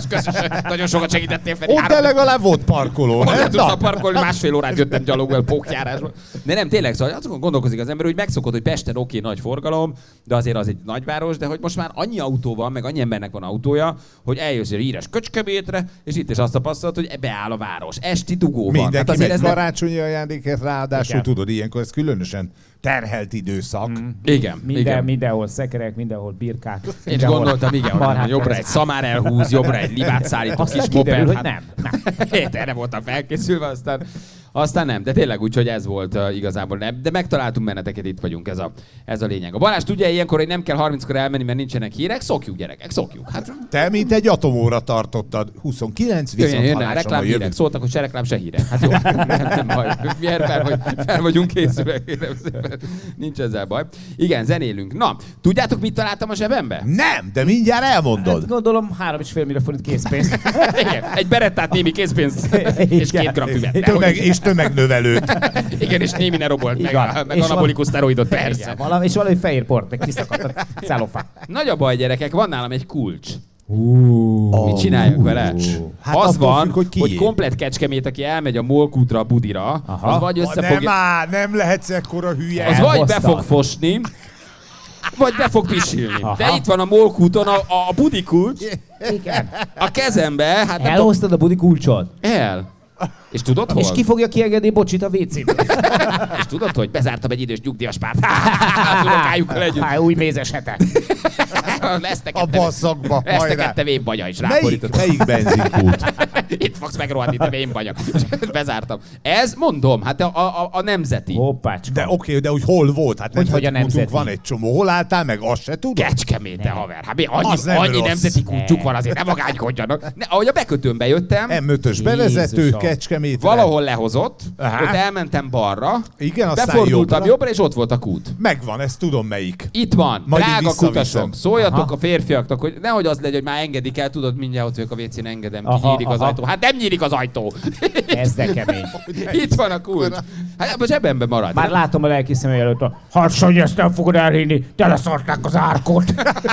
Köszönöm. Nagyon sokat segítettél, Feri. Ott de legalább volt parkoló. Ott nem? nem tudtam Na. parkolni, másfél órát jöttem gyalogból pókjárásba. De nem, tényleg, szóval azokon gondolkozik az ember, hogy megszokott, hogy Pesten oké, nagy forgalom, de azért az egy nagyváros, de hogy most már annyi autó van, meg annyi embernek van autója, hogy eljössz egy híres Köcskemétre, és itt is azt tapasztalod, hogy beáll a város. Esti dugó van. Mindenki Hát azért megy ez nem... karácsonyi ajándékért, ráadásul Igen. tudod, ilyenkor ez különösen terhelt időszak. Mm. Igen, Minden, igen. mindenhol szekerek, mindenhol birkák. Én is mindenhol gondoltam, igen, hogy marhák jobbra egy kereszt. szamár elhúz, jobbra egy libát szállító Aztán kis kiderül, moped. hogy nem. Hát, erre voltam felkészülve, aztán, aztán nem. De tényleg úgy, hogy ez volt uh, igazából. Nem. De megtaláltunk benneteket, itt vagyunk, ez a, ez a lényeg. A Balázs tudja ilyenkor, hogy nem kell harminckor elmenni, mert nincsenek hírek. Szokjuk, gyerekek, szokjuk. Hát, Te, mint egy atomóra tartottad. huszonkilenc jöjjön, viszont jön a halásra reklám hírek. jövünk. Szóltak, hogy se reklám, se hírek. Hát jó, nem, nem baj. Miért fel, hogy fel vagyunk készülve, kérem szépen. Nincs ezzel baj. Igen, zenélünk. Na, tudjátok, mit találtam a zsebembe? Nem, de mindjárt elmondod. Hát gondolom három és fél millió forint készpénz. Igen, egy berettát, némi készpénz és két gram füvet. Tömeg, és tömegnövelőt. Igen, és némi nerobolt, meg, Igen. a, meg És anabolikus szteroidot, Igen, persze. valami, és valami fehér port, meg kiszakadt a celofán. Nagy a baj, gyerekek, van nálam egy kulcs. Uh, Mit csináljuk vele? Hát az attól van, függ, hogy hogy, kié. komplet Kecskemét, aki elmegy a Molkútra, a Budira, Aha. az vagy Nem összefogja, már, nem lehetsz ekkora hülye. az vagy be Elhoztad. fog fosni, vagy be fog pisilni. Aha. De itt van a Molkúton a, a Budi kulcs, Igen. a kezembe, hát nem tudom, Elhoztad a budi kulcsot? el. És tudod hol? És ki fogja kiengedni bocsit a vécéből? És tudod, hogy bezártam egy idős nyugdíjas párt. Az unokájukkal együtt. Há, új mézes hete. Lesznek A basszakba, Lesznek hajrá. te vénbanya is Melyik, ráfordított. melyik benzinkút? Itt fogsz megrohadni, te vénbanya. Bezártam. Ez, mondom, hát a, a, a nemzeti. Hoppácska. De oké, de hogy hol volt? Hát Hogy nemzeti hogy a kútunk nemzeti? van egy csomó. Hol álltál meg? Azt se tudod? Kecskeméte, haver. Hát mi annyi, Az nem annyi rossz. nemzeti kulcsuk van, azért nem magánykodjanak. Ne, ahogy a bekötőmbe jöttem, em ötös bevezető, Jézusom. Kecskemétre. valahol lehozott, Aha. ott elmentem balra, Igen, aztán befordultam jobbra. jobbra, és ott volt a kút. Megvan, ezt tudom melyik. Itt van, Majd én drága visszaviszem. kutasok, szóljatok Aha. a férfiaknak, hogy nehogy az legyen, hogy már engedik el, tudod, mindjárt ott vagyok a vécén, engedem, ki Aha, nyílik az aha. ajtó. Hát nem nyílik az ajtó. Ez de kemény. Itt van a kulcs. Hát a zsebembe marad. Már látom a lelki személy előtt a hát Sanyi, ezt nem fogod elhinni, teleszarták az árkot.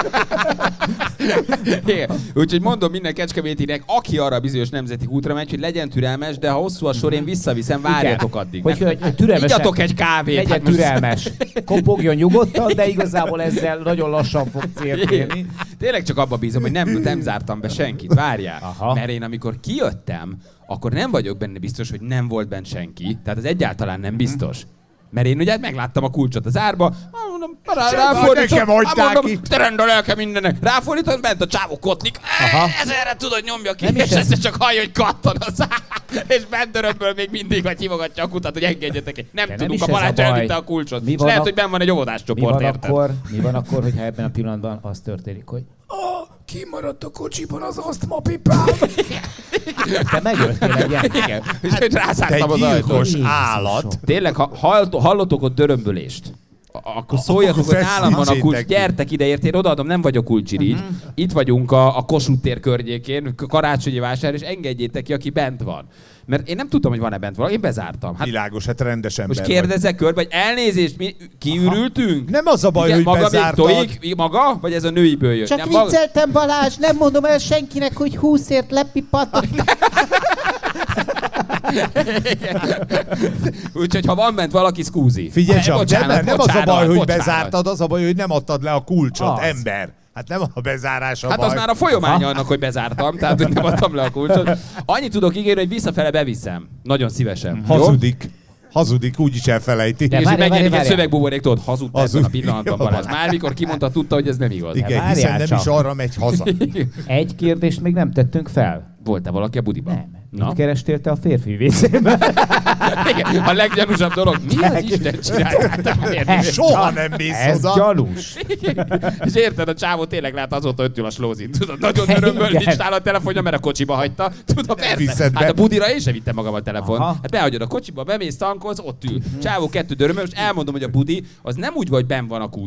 Igen. Úgyhogy mondom minden kecskemétinek, aki arra a bizonyos nemzeti útra megy, hogy legyen türelmes, de ha hosszú a sor, én visszaviszem, várjatok addig. Hogy, Nem- hogy, hogy türelmesen. Igyatok egy kávét. Legyen hát most- türelmes. Kopogjon nyugodtan, de igazából ezzel nagyon lassan fog célt érni. Tényleg csak abba bízom, hogy nem, nem zártam be senkit, várjál. Aha. Mert én amikor kijöttem, akkor nem vagyok benne biztos, hogy nem volt bent senki. Tehát az egyáltalán nem biztos. Mert én ugye megláttam a kulcsot az árba, ah, mondom, rá, ráfordítom, nekem hagyták ah, mondom, ki. te rend a lelke mindennek. Ráfordítom, bent a csávó kotlik, Aha. ez erre tudod, nyomja ki, Nem és is ez- ezt csak hallja, hogy kattan az és bent örömből még mindig vagy hívogatja a kutat, hogy engedjetek ki. Nem De nem tudunk, is a ez a Balázs baj. elvitte a kulcsot. Mi És van lehet, a- hogy benn van egy óvodás Mi csoport, van, érted? akkor, mi van akkor, hogyha ebben a pillanatban az történik, hogy ah, kimaradt a kocsiban az asztmapipám. Te megöltél egy ilyen. Igen, és hogy Te rászálltam az ajtót. gyilkos Jézusom. állat. Tényleg, ha hall, hallotok ott dörömbölést, a- akkor szóljatok, Akkor hogy nálam van a kulcs, feszítsétek ki. gyertek ide, érted, én odaadom, nem vagyok kulcsirigy. Itt vagyunk a, a Kossuth tér környékén, k- karácsonyi vásár, és engedjétek ki, aki bent van. Mert én nem tudtam, hogy van-e bent valaki, én bezártam. Hát Világos, hát rendes ember most vagy. kérdezek körbe, hogy elnézést, mi kiürültünk? Nem az a baj, Igen, hogy maga bezártad. még tojik, maga? Vagy ez a nőiből jött? Csak Nem, maga- vicceltem, Balázs, nem mondom el senkinek, hogy húszért lepipatott. Úgyhogy ha van bent valaki, szkúzi. Figyelj Ne, csak, bocsánat, nem, nem az a bocsánat, baj, hogy bocsánat. bezártad, az a baj, hogy nem adtad le a kulcsot, Az. ember. Hát nem a bezárás a Hát baj. az már a folyamánya annak, hogy bezártam, tehát hogy nem adtam le a kulcsot. Annyit tudok ígérni, hogy visszafele beviszem. Nagyon szívesen. Jó? Hazudik. Hazudik, úgyis elfelejti. De És várjál, megjelenik egy várjál. szövegbuborék, tudod, hazudta ebben a Hazud- pillanatban Jó, Balázs. van. Már mikor kimondta, tudta, hogy ez nem igaz. Igen, várjál hiszen nem csak. is arra megy haza. Egy kérdést még nem tettünk fel. Volt-e valaki a budiban? Nem. Na? Mit kerestél te a férfi vécében? Igen, a leggyanúsabb dolog. Mi az Isten csinálják? Soha nem mész Ez oda. gyanús. És érted, a csávó tényleg lát azóta öt ül a slózit. Tudod, nagyon örömből Igen. nincs nála a telefonja, mert a kocsiba hagyta. Tudod, persze. viszed be. Hát a budira én sem vittem magam a telefon. Aha. Hát behagyod a kocsiba, bemész, tankolsz, ott ül. Csávó kettő dörömből, és elmondom, hogy a budi az nem úgy vagy, benn van a kúton,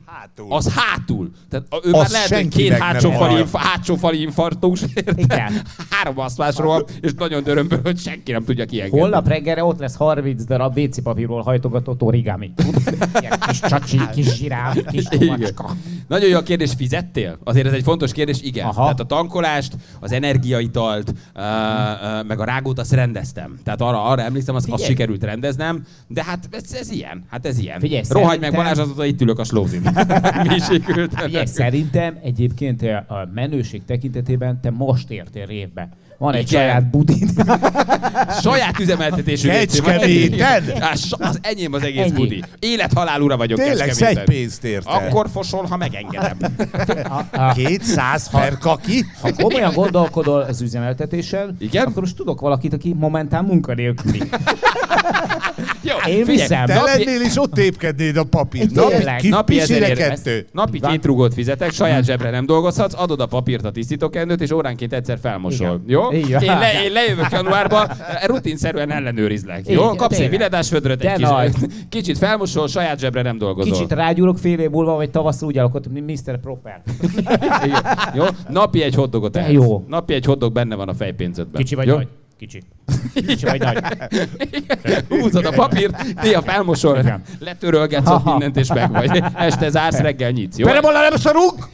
Hátul. Az hátul. Tehát ő Az már lehet, hogy senki két meg hátsó nem fali, hallja. hátsó fali infarktus, Igen. három asztmásról, és nagyon dörömből, hogy senki nem tudja kiengedni. Holnap reggelre ott lesz harminc darab vé cé papírról hajtogatott origami. Ilyen kis csacsi, kis zsiráf, kis tovacska. Nagyon jó a kérdés, fizettél? Azért ez egy fontos kérdés, igen. Aha. Tehát a tankolást, az energiaitalt, uh, uh, meg a rágót azt rendeztem. Tehát arra, arra emlékszem, azt, azt sikerült rendeznem, de hát ez, ez ilyen, hát ez ilyen. Figyelj, Rohagy szerintem- meg Balázs, azóta itt ülök a slózin. Mi sikerült. Figyelj, szerintem egyébként a menőség tekintetében te most értél révbe. Van egy Igen. saját budid. Saját üzemeltetésű Kecskeméten? Az enyém az egész Ennyi. budi. Élet-halál ura vagyok Tényleg Kecskeméten. szedj pénzt érte. Akkor fosol, ha megengedem. kétszáz per kaki? Ha komolyan gondolkodol az üzemeltetésen, Igen? akkor most tudok valakit, aki momentán munkanélküli. Jó, Én figyelj, viszem. Te napi- lennél is ott tépkednéd a papírt. Tényleg. Napi, Napi pisire ezerért, kettő. ezt- napi két rugót fizetek, saját zsebre nem dolgozhatsz, adod a papírt, a tisztítókendőt, és óránként egyszer felmosol. Igen. Jó? Így van. Én, le, én lejövök januárba, rutinszerűen ellenőrizlek. Jó? Igen, Kapsz egy tényleg. viledásvödröt, De egy nagy. kis, kicsit felmosol, saját zsebre nem dolgozol. Kicsit rágyúrok fél év múlva, vagy tavasszal úgy alakult, mint miszter Proper. Igen. Jó? Napi egy hotdogot De ehetsz. jó. Napi egy hotdog benne van a fejpénzedben. Kicsi vagy Jó? nagy? Kicsi. Kicsi vagy nagy? Húzod a papírt, néha felmosol, Igen. letörölgetsz ott mindent, és meg vagy. Este zársz, reggel nyitsz. Jó? Perebola nem szarunk!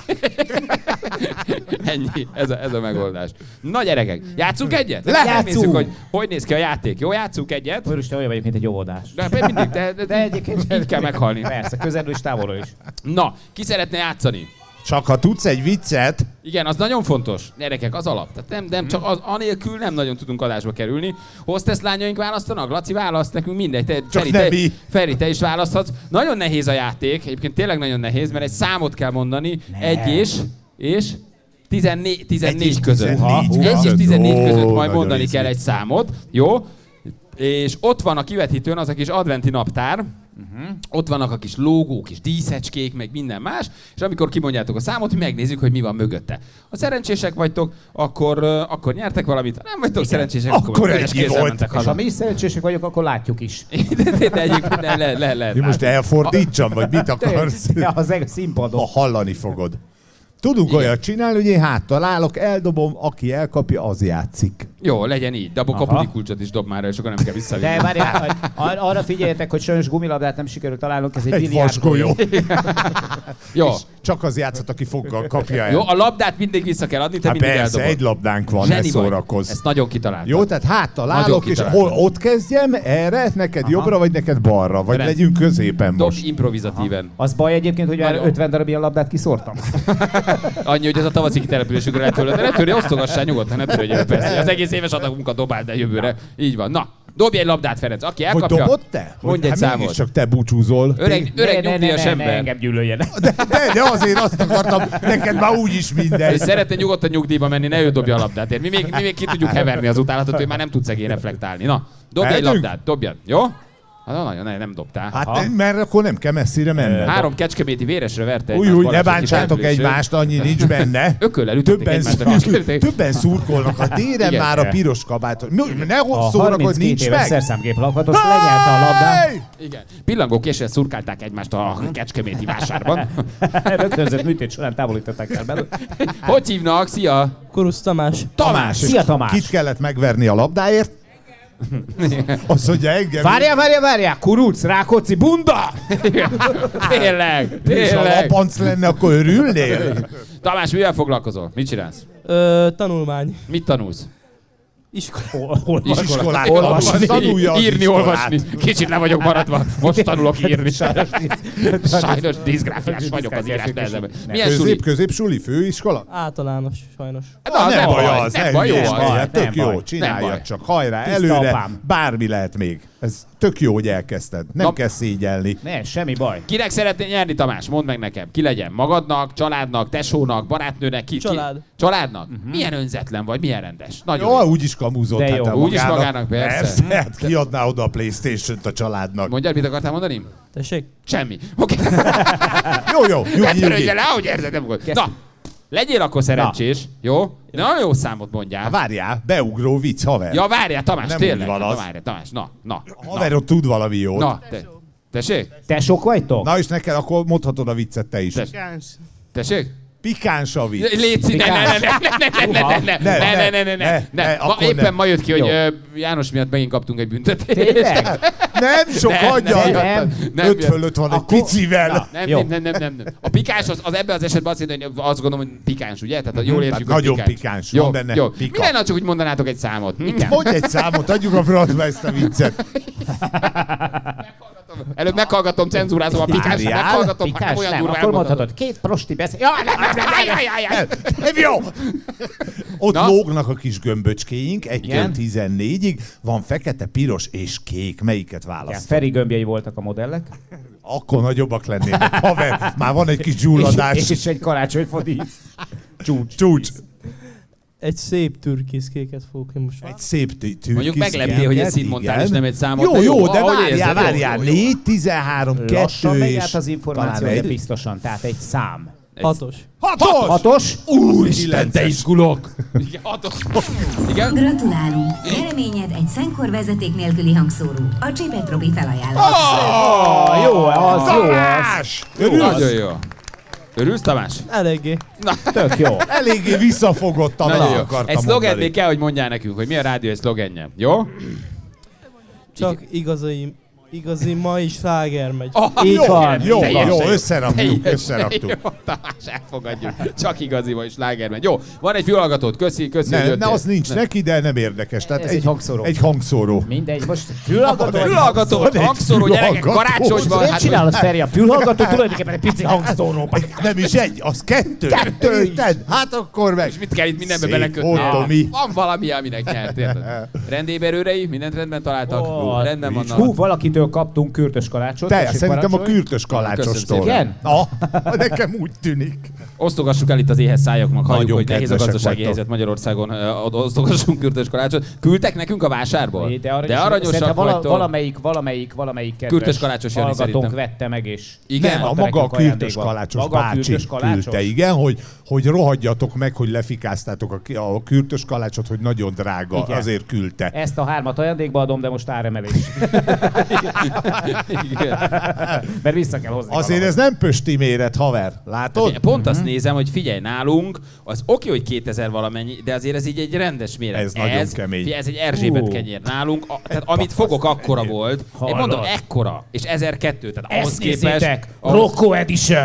Ennyi, ez a, ez a megoldás. Na gyerekek, játszunk egyet? Le- Megnézzük, játszunk. hogy hogy néz ki a játék. Jó, játszunk egyet? Úristen, olyan vagyok, mint egy óvodás. De mindig, de, de, De egyébként így kell meghalni. Persze, közelről és távolról is. Na, ki szeretne játszani? Csak ha tudsz egy viccet, Igen, az nagyon fontos. Gyerekek, az alap. Tehát nem, nem csak az, anélkül nem nagyon tudunk adásba kerülni. Hostess lányaink választanak, Laci választ, nekünk mindegy. Te, Feri, nem te, mi. Feri, te is választhatsz. Nagyon nehéz a játék, egyébként tényleg nagyon nehéz, mert egy számot kell mondani. Nem. Egy és, és tizennégy, tizennégy Egy és között. tizennégy Egy és között. tizennégy Ó, között majd nagyon mondani izgi. kell egy számot. Jó? És ott van a kivetítőn az a kis adventi naptár, uh-huh. Ott vannak a kis lógók, kis díszecskék, meg minden más, és amikor kimondjátok a számot, megnézzük, hogy mi van mögötte. Ha szerencsések vagytok, akkor, uh, akkor nyertek valamit, ha nem vagytok szerencsések, akkor, Akkor üres ennyi kézzel volt. mentek És ha haza. mi is szerencsések vagyok, akkor látjuk is. de, de, de egyébként le, le, le, le, mi most elfordítsam, vagy mit akarsz? Ja, az egész színpadon. Ha hallani fogod. Tudunk Igen. olyat csinálni, hogy én háttal állok, eldobom, aki elkapja, az játszik. Jó, legyen így, de abból Aha. kapudi kulcsot is dob már el, és akkor nem kell visszavinni. De várjál, ar- arra figyeljetek, hogy sajnos gumilabdát nem sikerült találnunk, ez egy, Egy vasgolyó. Jó. Csak az játszhat, aki foggal kapja el. Jó, a labdát mindig vissza kell adni, te Hát mindig persze, eldobod. egy labdánk van, ne Zseni vagy. szórakozz. Ezt nagyon kitaláltam. Jó, tehát háttal Nagyon állok, és kitaláltad. hol ott kezdjem, erre, neked Aha. jobbra, vagy neked balra, vagy Rend. legyünk középen Dob most. improvizatíven. Az baj egyébként, hogy már Nagyon. ötven darab ilyen labdát kiszórtam. Annyi, hogy ez a tavaszi kitelepülésükre lehet tőle, de ne törj, osztogassál nyugodtan, ne törődj el persze. Az egész éves adagunkat dobáld el jövőre. Így van. Na, dobj egy labdát, Ferenc. Aki Hogy elkapja, dobod te? mondj egy hát számot. mégiscsak te búcsúzol. Öreg, öreg Ne, ne, ne, nyugdíjas ne, ne, ember. engem gyűlöljenek. De, de, de azért azt akartam, neked már úgyis Ő mindegy. szeretne nyugodtan nyugdíjba menni, ne ő dobja a labdát. Ér. Mi még, mi még ki tudjuk heverni az utálatot, hogy már nem tud szegény reflektálni. Na, dobj egy Mehetünk? labdát, dobjad. Jó? Hát na, nagyon, ne, nem dobtál. Hát Aha. nem, mert akkor nem kell messzire menned. Három kecskeméti véresre verte Új, egymást új, ne Balázs bántsátok kitelepülésén. egymást, annyi nincs benne. Ököllel ütötték Többen, egymást a szur, kecskemétiek. többen szurkolnak a téren Igen. már a piros kabátot. Mi- Ne A szórakozz, harminckét nincs éves meg. szerszámgép lakatos lenyelte a labdát. Hey! Igen. Pillangó késsel szurkálták egymást a kecskeméti vásárban. Rögtönzött műtét során távolították el belőle. Hogy hívnak? Szia! Kurusz Tamás. Tamás! Szia Tamás! Kit kellett megverni a labdáért? Azt mondja engem. Várjál, várjál, várjál! Kuruc, Rákóczi, bunda! Tényleg, És ha tényleg. lapanc lenne, akkor örülnél? Tamás, mivel foglalkozol? Mit csinálsz? Ö, tanulmány. Mit tanulsz? Iskola. Iskolát Olvasni, tanulja az írni, iskolát. olvasni. Kicsit le vagyok maradva. Most tanulok írni. Sajnos diszgráfiás vagyok az írás nehezemben. Milyen suli? Közép, közép suli, főiskola? Általános, sajnos. Na, nem baj az, nem baj, jó nem az. baj, Nem tök baj, jó, csináljad baj. csak, hajrá, Tiszta előre, apám. bármi lehet még. Ez tök jó, hogy elkezdted, nem Na- kell szégyelni. Ne, semmi baj. Kinek szeretnél nyerni, Tamás? Mondd meg nekem. Ki legyen? Magadnak, családnak, tesónak, barátnőnek? Ki, Család. Ki? Családnak? Uh-huh. Milyen önzetlen vagy, milyen rendes? Nagyon Jó, jó. úgyis kamúzott. De hát jó. a Úgyis magának, persze. Persze, hát kiadná oda a Playstation-t a családnak. Mondjad, mit akartál mondani? Tessék? Semmi. Oké. Jó, jó, Ne nyugi, nyugi. törődj le, ahogy érzed, nem volt. Na, legyél akkor szerencsés, jó? Na, jó számot mondjál. Hát várjál, beugró vicc, haver. Ja, várjál, Tamás, Nem tényleg. úgy van Na, az. várjál, Tamás, na, na. A haverod tud valami jót. Na, te. Tessék? Te sok vagytok? Na és neked akkor mondhatod a viccet te is. Pikáns. Tessék? Pikáns a vicc. Léci, ne, ne, ne, ne, ne, ne, ne, ne, ne, ne, ne, ne. Ma éppen ma jött ki, hogy János miatt megint kaptunk egy büntetést. Tényleg? Nem sok, hagyjad. Öt fölött van egy picivel. Nem, nem, nem, nem, nem. A pikáns az, az ebben az esetben azt jelenti, hogy azt gondolom, hogy pikáns, ugye? Tehát jól értjük, hogy nagyon pikáns. pikáns. Jó, Van benne jó. pika. Mi lenne, csak úgy mondanátok egy számot? Mondj egy számot, adjuk a francba ezt a viccet. Előbb meghallgatom, cenzúrázom a pikáns, meghallgatom, Pikás, olyan nem, durván akkor mondhatod. mondhatod, két prosti beszél. Ja, nem, nem, nem, nem, nem, nem. Nem jó! Ott Na? lógnak a kis gömböcskéink, egytől Igen. tizennégyig, van fekete, piros és kék. Melyiket Igen, választ? Feri gömbjei voltak a modellek. Akkor nagyobbak lennének. Haver, már van egy kis gyulladás. És, és egy karácsonyfodísz. Csúcs. Csúcs. Egy szép türkiszkéket fogok én most. Egy szép tű. Mondjuk meglepné, hogy egy színt mondtál, és nem egy számot. Jó, de jó, de ahogy várjál, érzed, jó, várjál. jó, jó. négy, tizenhárom, Lassan kettő megy és át az információ, talán de egy. biztosan. Tehát egy szám. Hatos. Hatos! Hatos? Úristen, te izgulok! Igen, hatos. Igen? Gratulálunk! Nyereményed egy Szenkor vezeték nélküli hangszóró. A Csépet Robi felajánlott. Oh, jó, az jó, az. Jó, nagyon jó. Örülsz, Tamás? Eléggé. Na, tök jó. Eléggé visszafogottan nagyon jó. akartam Egy szlogen mondani. még kell, hogy mondjál nekünk, hogy mi a rádió egy szlogenje. Jó? Csak igazi, igazi ma is sláger megy. Oh, Így Jó, van. jó, Teljesen jó, jó. összeraktuk, Teljesen összeraktuk. jó. Tamás, elfogadjuk. Csak igaziban is slágerben. Jó, van egy fülhallgatót, köszi, köszi, hogy Ne, jöttél. ne, az nincs neki, de nem érdekes. Tehát Ez egy, egy hangszóró. Egy hangszóró. Mindegy, most fülhallgató. Fülhallgató, Van egy hangszóró, gyerekek, fülhallgató. karácsonyban. Miért hát- csinálod, Feri? A fülhallgató tulajdonképpen egy pici hangszóró. Nem is egy, az kettő. Kettő is. Érted? Hát akkor meg. És mit kell itt mindenbe Szép belekötni? volt, Tomi. Van valami, aminek nyert, érted? Rendéberőrei, mindent rendben találtak. Oh, rendben vannak. Hú, valakitől kaptunk kürtös kalácsot. Te, tessék, szerintem a parancsolj. kürtös kalácsostól. Köszönöm szépen. Na, nekem úgy tűnik. Osztogassuk el itt az éhes szájoknak, halljuk, Nagyon hogy nehéz a kedvesek gazdasági vagytok. helyzet Magyarországon. ö, Osztogassunk kürtös kalácsot. Küldtek nekünk a vásárból? De, aranyos, De aranyosak szerintem vala, vagytok. valamelyik, valamelyik, valamelyik kedves Kürtös kalácsos Jani hallgatónk szerintem. vette meg, és Igen, Nem, a adta maga a nekünk kürtös ajándékba. kalácsos Maga a bácsi kürtös kalácsos? küldte, igen, hogy, hogy rohadjatok meg, hogy lefikáztátok a, ki- a kürtös kalácsot, hogy nagyon drága, Igen. azért küldte. Ezt a hármat ajándékba adom, de most áremelés. Igen. Mert vissza kell hozni. Azért valahogy. ez nem pösti méret, haver. Látod? Pont azt nézem, hogy figyelj, nálunk az oké, hogy kétezer valamennyi, de azért ez így egy rendes méret. Ez nagyon kemény. Figyelj, ez egy Erzsébet Hú. kenyér nálunk, a, tehát amit fogok, akkora volt. Én Hallod? mondom, ekkora, és ezerkettő, tehát ahhoz Ezt képest... nézzétek! ahhoz- Rocco Edition!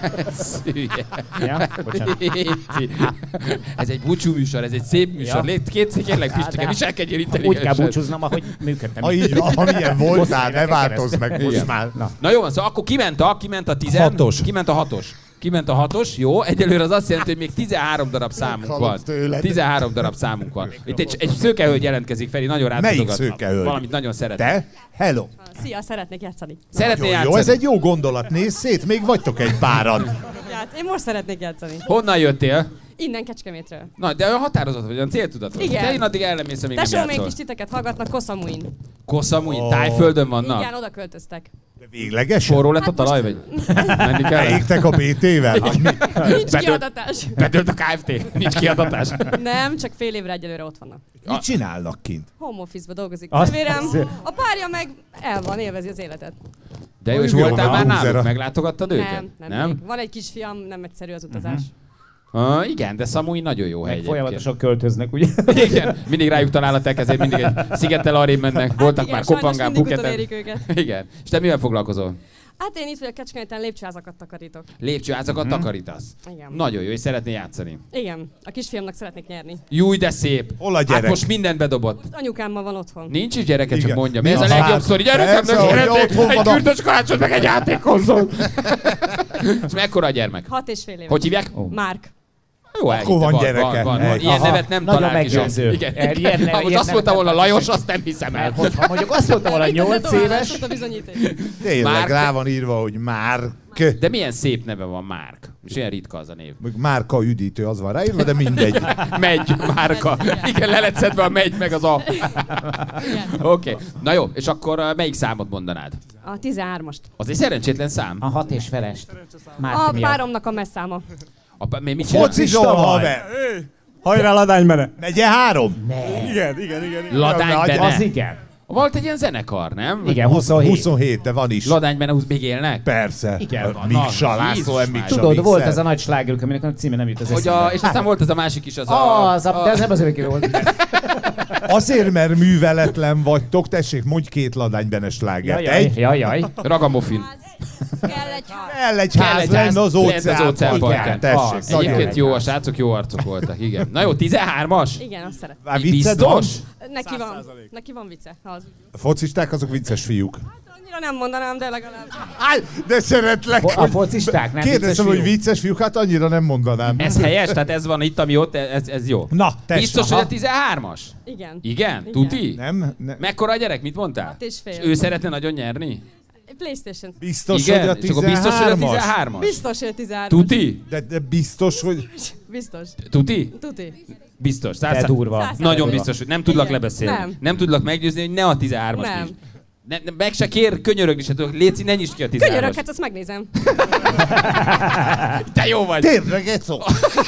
Hülye. Ja, bocsánat. Léci. Ez egy búcsú műsor, ez egy szép műsor. Ja. Légy, kétszer kérlek, Hát, Pistike, de- viselkedjél Úgy kell intelligensen. búcsúznom, ahogy működtem. Ha így van, amilyen voltál, ne éveken változz meg keresztül. most Igen. már. Na. Na jó van, szóval akkor kiment a, kiment a tizen... Hatos. Kiment a hatos. Kiment a hatos, jó, egyelőre az azt jelenti, hogy még tizenhárom darab számunk van. Meghalok tőled. tizenhárom darab számunk van. Itt egy, egy szőkehölgy jelentkezik, Feri, nagyon rád Melyik mutogatna. szőkehölgy? Valamit nagyon szeret. Te? Hello. Szia, szeretnék játszani. Szeretné Jó, játszani? jó, ez egy jó gondolat. Nézz szét, még vagytok egy páran. Hát, én most szeretnék játszani. Honnan jöttél? Innen Kecskemétről. Na, de olyan határozott vagy, olyan céltudatos. Igen. De én addig el nem észre, még nem Tesómék játszol. is titeket hallgatnak Koszamúin. Koszamúin, Ó. Tájföldön vannak? Igen, oda költöztek. De véglegesen? Forró lett a talaj, vagy? Menni kell? Égtek a bé té-vel? Nincs Bedölt- kiadatás. Bedölt a ká ef té, nincs kiadatás. Nem, csak fél évre egyelőre ott vannak. Mit csinálnak kint? Home office-ba dolgozik. Azt- Nővérem, az- a párja meg el van, élvezi az életet. De jó, és Jó, voltál van, már húzzera. náluk? Meglátogattad őket? Nem, nem, nem. Még. Van egy kisfiam, nem egyszerű az utazás. Uh, igen, de Szamúi nagyon jó hely Meg egyébként. folyamatosan költöznek, ugye? Igen, mindig rájuk találnak, ezért mindig egy szigettel arrébb mennek. Voltak igen, már sajnos Kopangán, mindig Phuketen. utolérik őket. Igen. És te mivel foglalkozol? Hát én itt vagyok Kecskeméten, lépcsőházakat takarítok. Lépcsőházakat Mhm. takarítasz? Igen. Nagyon jó, és szeretné játszani. Igen, a kisfiamnak szeretnék nyerni. Júj, de szép. Hol a Hát gyerek? most mindent bedobott. Anyukámmal van otthon. Nincs is gyereke, csak Igen. mondjam. Mi Ez a az legjobb hát? sztori. Gyerekemnek Persze, hogy szeretnék otthon egy van a- kürtös kalácsot, meg egy játékkonzolt. És mekkora a gyermek? Hat és fél éves. Hogy hívják? Márk. Jó, Akkor van gyereke. Van, van, van. Egy. Ilyen Aha, nevet nem nagyon talál ki meggyőző. senki. Igen. Eh, ilyen ne- Ha most ilyen azt mondta nevet volna nem Lajos, talál azt nem hiszem el. Mert hogyha mondjuk azt mondta volna nyolc éves, Ott a bizonyíték. Tényleg, Márk. rá van írva, hogy Márk. De milyen szép neve van Márk. És ilyen ritka az a név. Még Márka üdítő, az van ráírva, de mindegy. Megy, Márka. Igen, le lett szedve a megy, meg az a... Oké. Okay. Na jó, és akkor uh, melyik számot mondanád? A tizenhármast. Az egy szerencsétlen szám. a hat és felest. Már A miatt. páromnak a messzáma. A, mi, mit csinál? Focizol, haver! Hajrá, Ladány mene! Megye három? Igen, igen, igen. igen. Ladány Nagy- bene. Az igen. Volt egy ilyen zenekar, nem? Igen, huszonhét. huszonhét, de van is. Ladánybenne húsz még élnek? Persze. Igen, van. Miksa, Na, László, Jézus Miksa. Tudod, volt Mixer. ez a nagy slágerük, aminek a címe nem jut az Hogy eszembe. a, és aztán volt az a másik is, az a... Az, a, de ez nem az övéké volt. Azért, mert műveletlen vagytok, tessék, mondj két ladánybenes slágert. Jaj, Egy? jaj, jaj. Ragamuffin. Kell egy ház. Kell egy Kell ház egy lenne az ház, lent az óceánpartján. óceánpartján. Tessék, Az. nagyon Egyébként jó. jó, a srácok jó arcok voltak, igen. Na jó, tizenhármas? Igen, azt szeretem. Már vicced van? Biztos? Neki van, neki van vicce. Az. A focisták azok vicces fiúk. Annyira nem mondanám, de legalább. Áj, de szeretlek, A hogy- focisták, nem Kérdezem, vicces hogy fiúk? vicces fiúk, hát annyira nem mondanám. Ez helyes? Tehát ez van itt, ami ott, ez, ez jó. Na, tessék. Biztos, hogy a tizenhármas? Igen. Igen? Igen. Tuti? Nem? nem. Mekkora a gyerek? Mit mondtál? Hat és fél. És ő szeretne nagyon nyerni? PlayStation. Biztos, Igen? hogy a És akkor biztos, hogy a tizenhármas? tizenhármas? Biztos, hogy a tizenhárom. Tuti? De, de biztos, hogy... Biztos. Tuti? Tuti. Biztos. De Száz, durva. Száz- nagyon durva. biztos, hogy nem tudlak Igen. lebeszélni. Nem. nem tudlak meggyőzni, hogy ne a tizenhármas Nem. is. Ne, ne, meg se kér, könyörögni se tudok. Léci, ne nyisd ki a tizenhármas. Könyörök, hát azt megnézem. Te jó vagy. Tényleg, Ecó?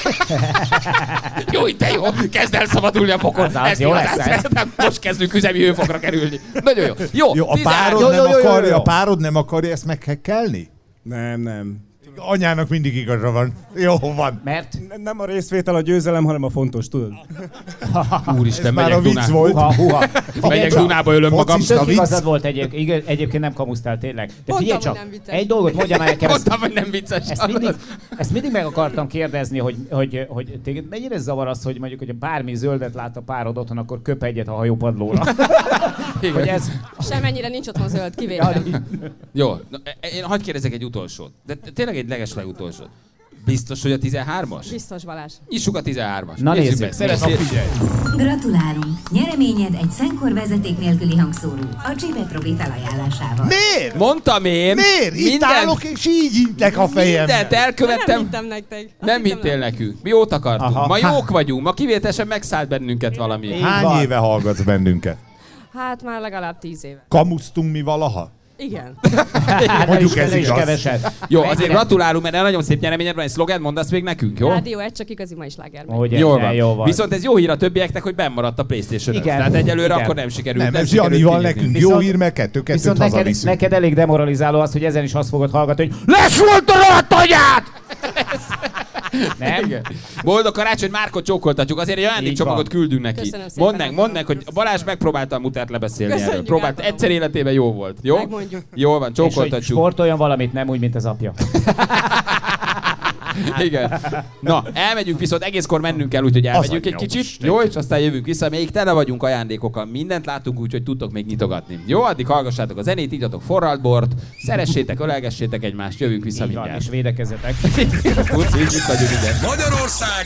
Jó, te jó. Kezd el szabadulni a pokol. Az- az Ezt jó igazán lesz ez. szeretem. Most kezdünk üzemi hőfokra kerülni. Nagyon jó. Jó, Jó, a tizenhárom. párod, Jó, nem jó, jó, jó, akarja, jó. a párod nem akarja ezt meghekkelni? Nem, nem. Anyának mindig igaza van. Jó van. Mert? N- Nem a részvétel a győzelem, hanem a fontos, tudod? Úristen, Ez már megyek a vicc Dunába. volt. Huha, huha. Megyek Dunába, ölöm magam. Focista Tök vicc. igazad volt egyéb, igen, egyébként nem kamusztál tényleg. De Mondtam, figyelj hogy csak, nem vicces. egy dolgot mondjam el nekem. ezt- Mondtam, hogy nem vicces. Ezt mindig, ezt mindig meg akartam kérdezni, hogy, hogy, hogy téged mennyire zavar az, hogy mondjuk, hogy bármi zöldet lát a párod otthon, akkor köp egyet a hajópadlóra. Hogy ez... Semennyire nincs otthon zöld, kivéve. Jó, na, én hagyd kérdezek egy utolsót. De tényleg egy legesleg utolsót. Biztos, hogy a tizenhármas? Biztos, Balázs. Issuk a tizenhármas. Na, nézzük. meg. Szeretnél... Gratulálunk! Nyereményed egy Szenkor vezeték nélküli hangszóró a Csipet Robi felajánlásával. Miért? Mondtam én. Miért? Itt Minden- állok és így intek a fejemben. Mindent Nem elkövettem. hittem nektek. Azt Nem hittem hittél nekünk. Mi jót akartunk. Aha. Ma jók vagyunk. Ma kivételesen megszállt bennünket valami. Hány van. éve hallgatsz bennünket? Hát már legalább tíz éve. Kamusztunk mi valaha? Igen. Hát Mondjuk is, ez is igaz. keveset. Jó, azért Mennyire? gratulálunk, mert nagyon szép nyereményed van, egy szlogent mondasz még nekünk, jó? Rádió egy, csak igazi ma is lágermegy. Hogy Jól de van. jó van. Viszont ez jó hír a többieknek, hogy bennmaradt a PlayStation öt. Igen. Tehát egyelőre Igen. akkor nem sikerült. Nem, ez sikerült Jani van kinyitni. nekünk. Viszont- Jó hír, meg kettő-kettőt Viszont neked, hazaviszünk. neked elég demoralizáló az, hogy ezen is azt fogod hallgatni, hogy lesz volt a rohadt anyát! Nem? Igen. Boldog karácsony, Márkot csókoltatjuk. Azért egy ajándékcsomagot van. küldünk neki. Köszönöm szépen, Mondd meg, nem mondd meg, hogy Balázs megpróbálta a mutát lebeszélni Köszönjük, erről. Próbált, átadom. egyszer életében jó volt. Jó? Megmondjuk. Jól van, És hogy csókoltatjuk. sportoljon valamit, nem úgy, mint az apja. Igen. Na, elmegyünk, viszont egészkor mennünk kell, úgyhogy elmegyünk egy anyja kicsit. Isten. Jó, és aztán jövünk vissza. Még tele vagyunk ajándékokkal. Mindent látunk, úgyhogy tudtok még nyitogatni. Jó, addig hallgassátok a zenét, igyatok forralt bort, szeressétek, ölelgessétek egymást, jövünk vissza Így van, mindjárt. és védekezzetek. Puci, itt vagyunk minden. Magyarország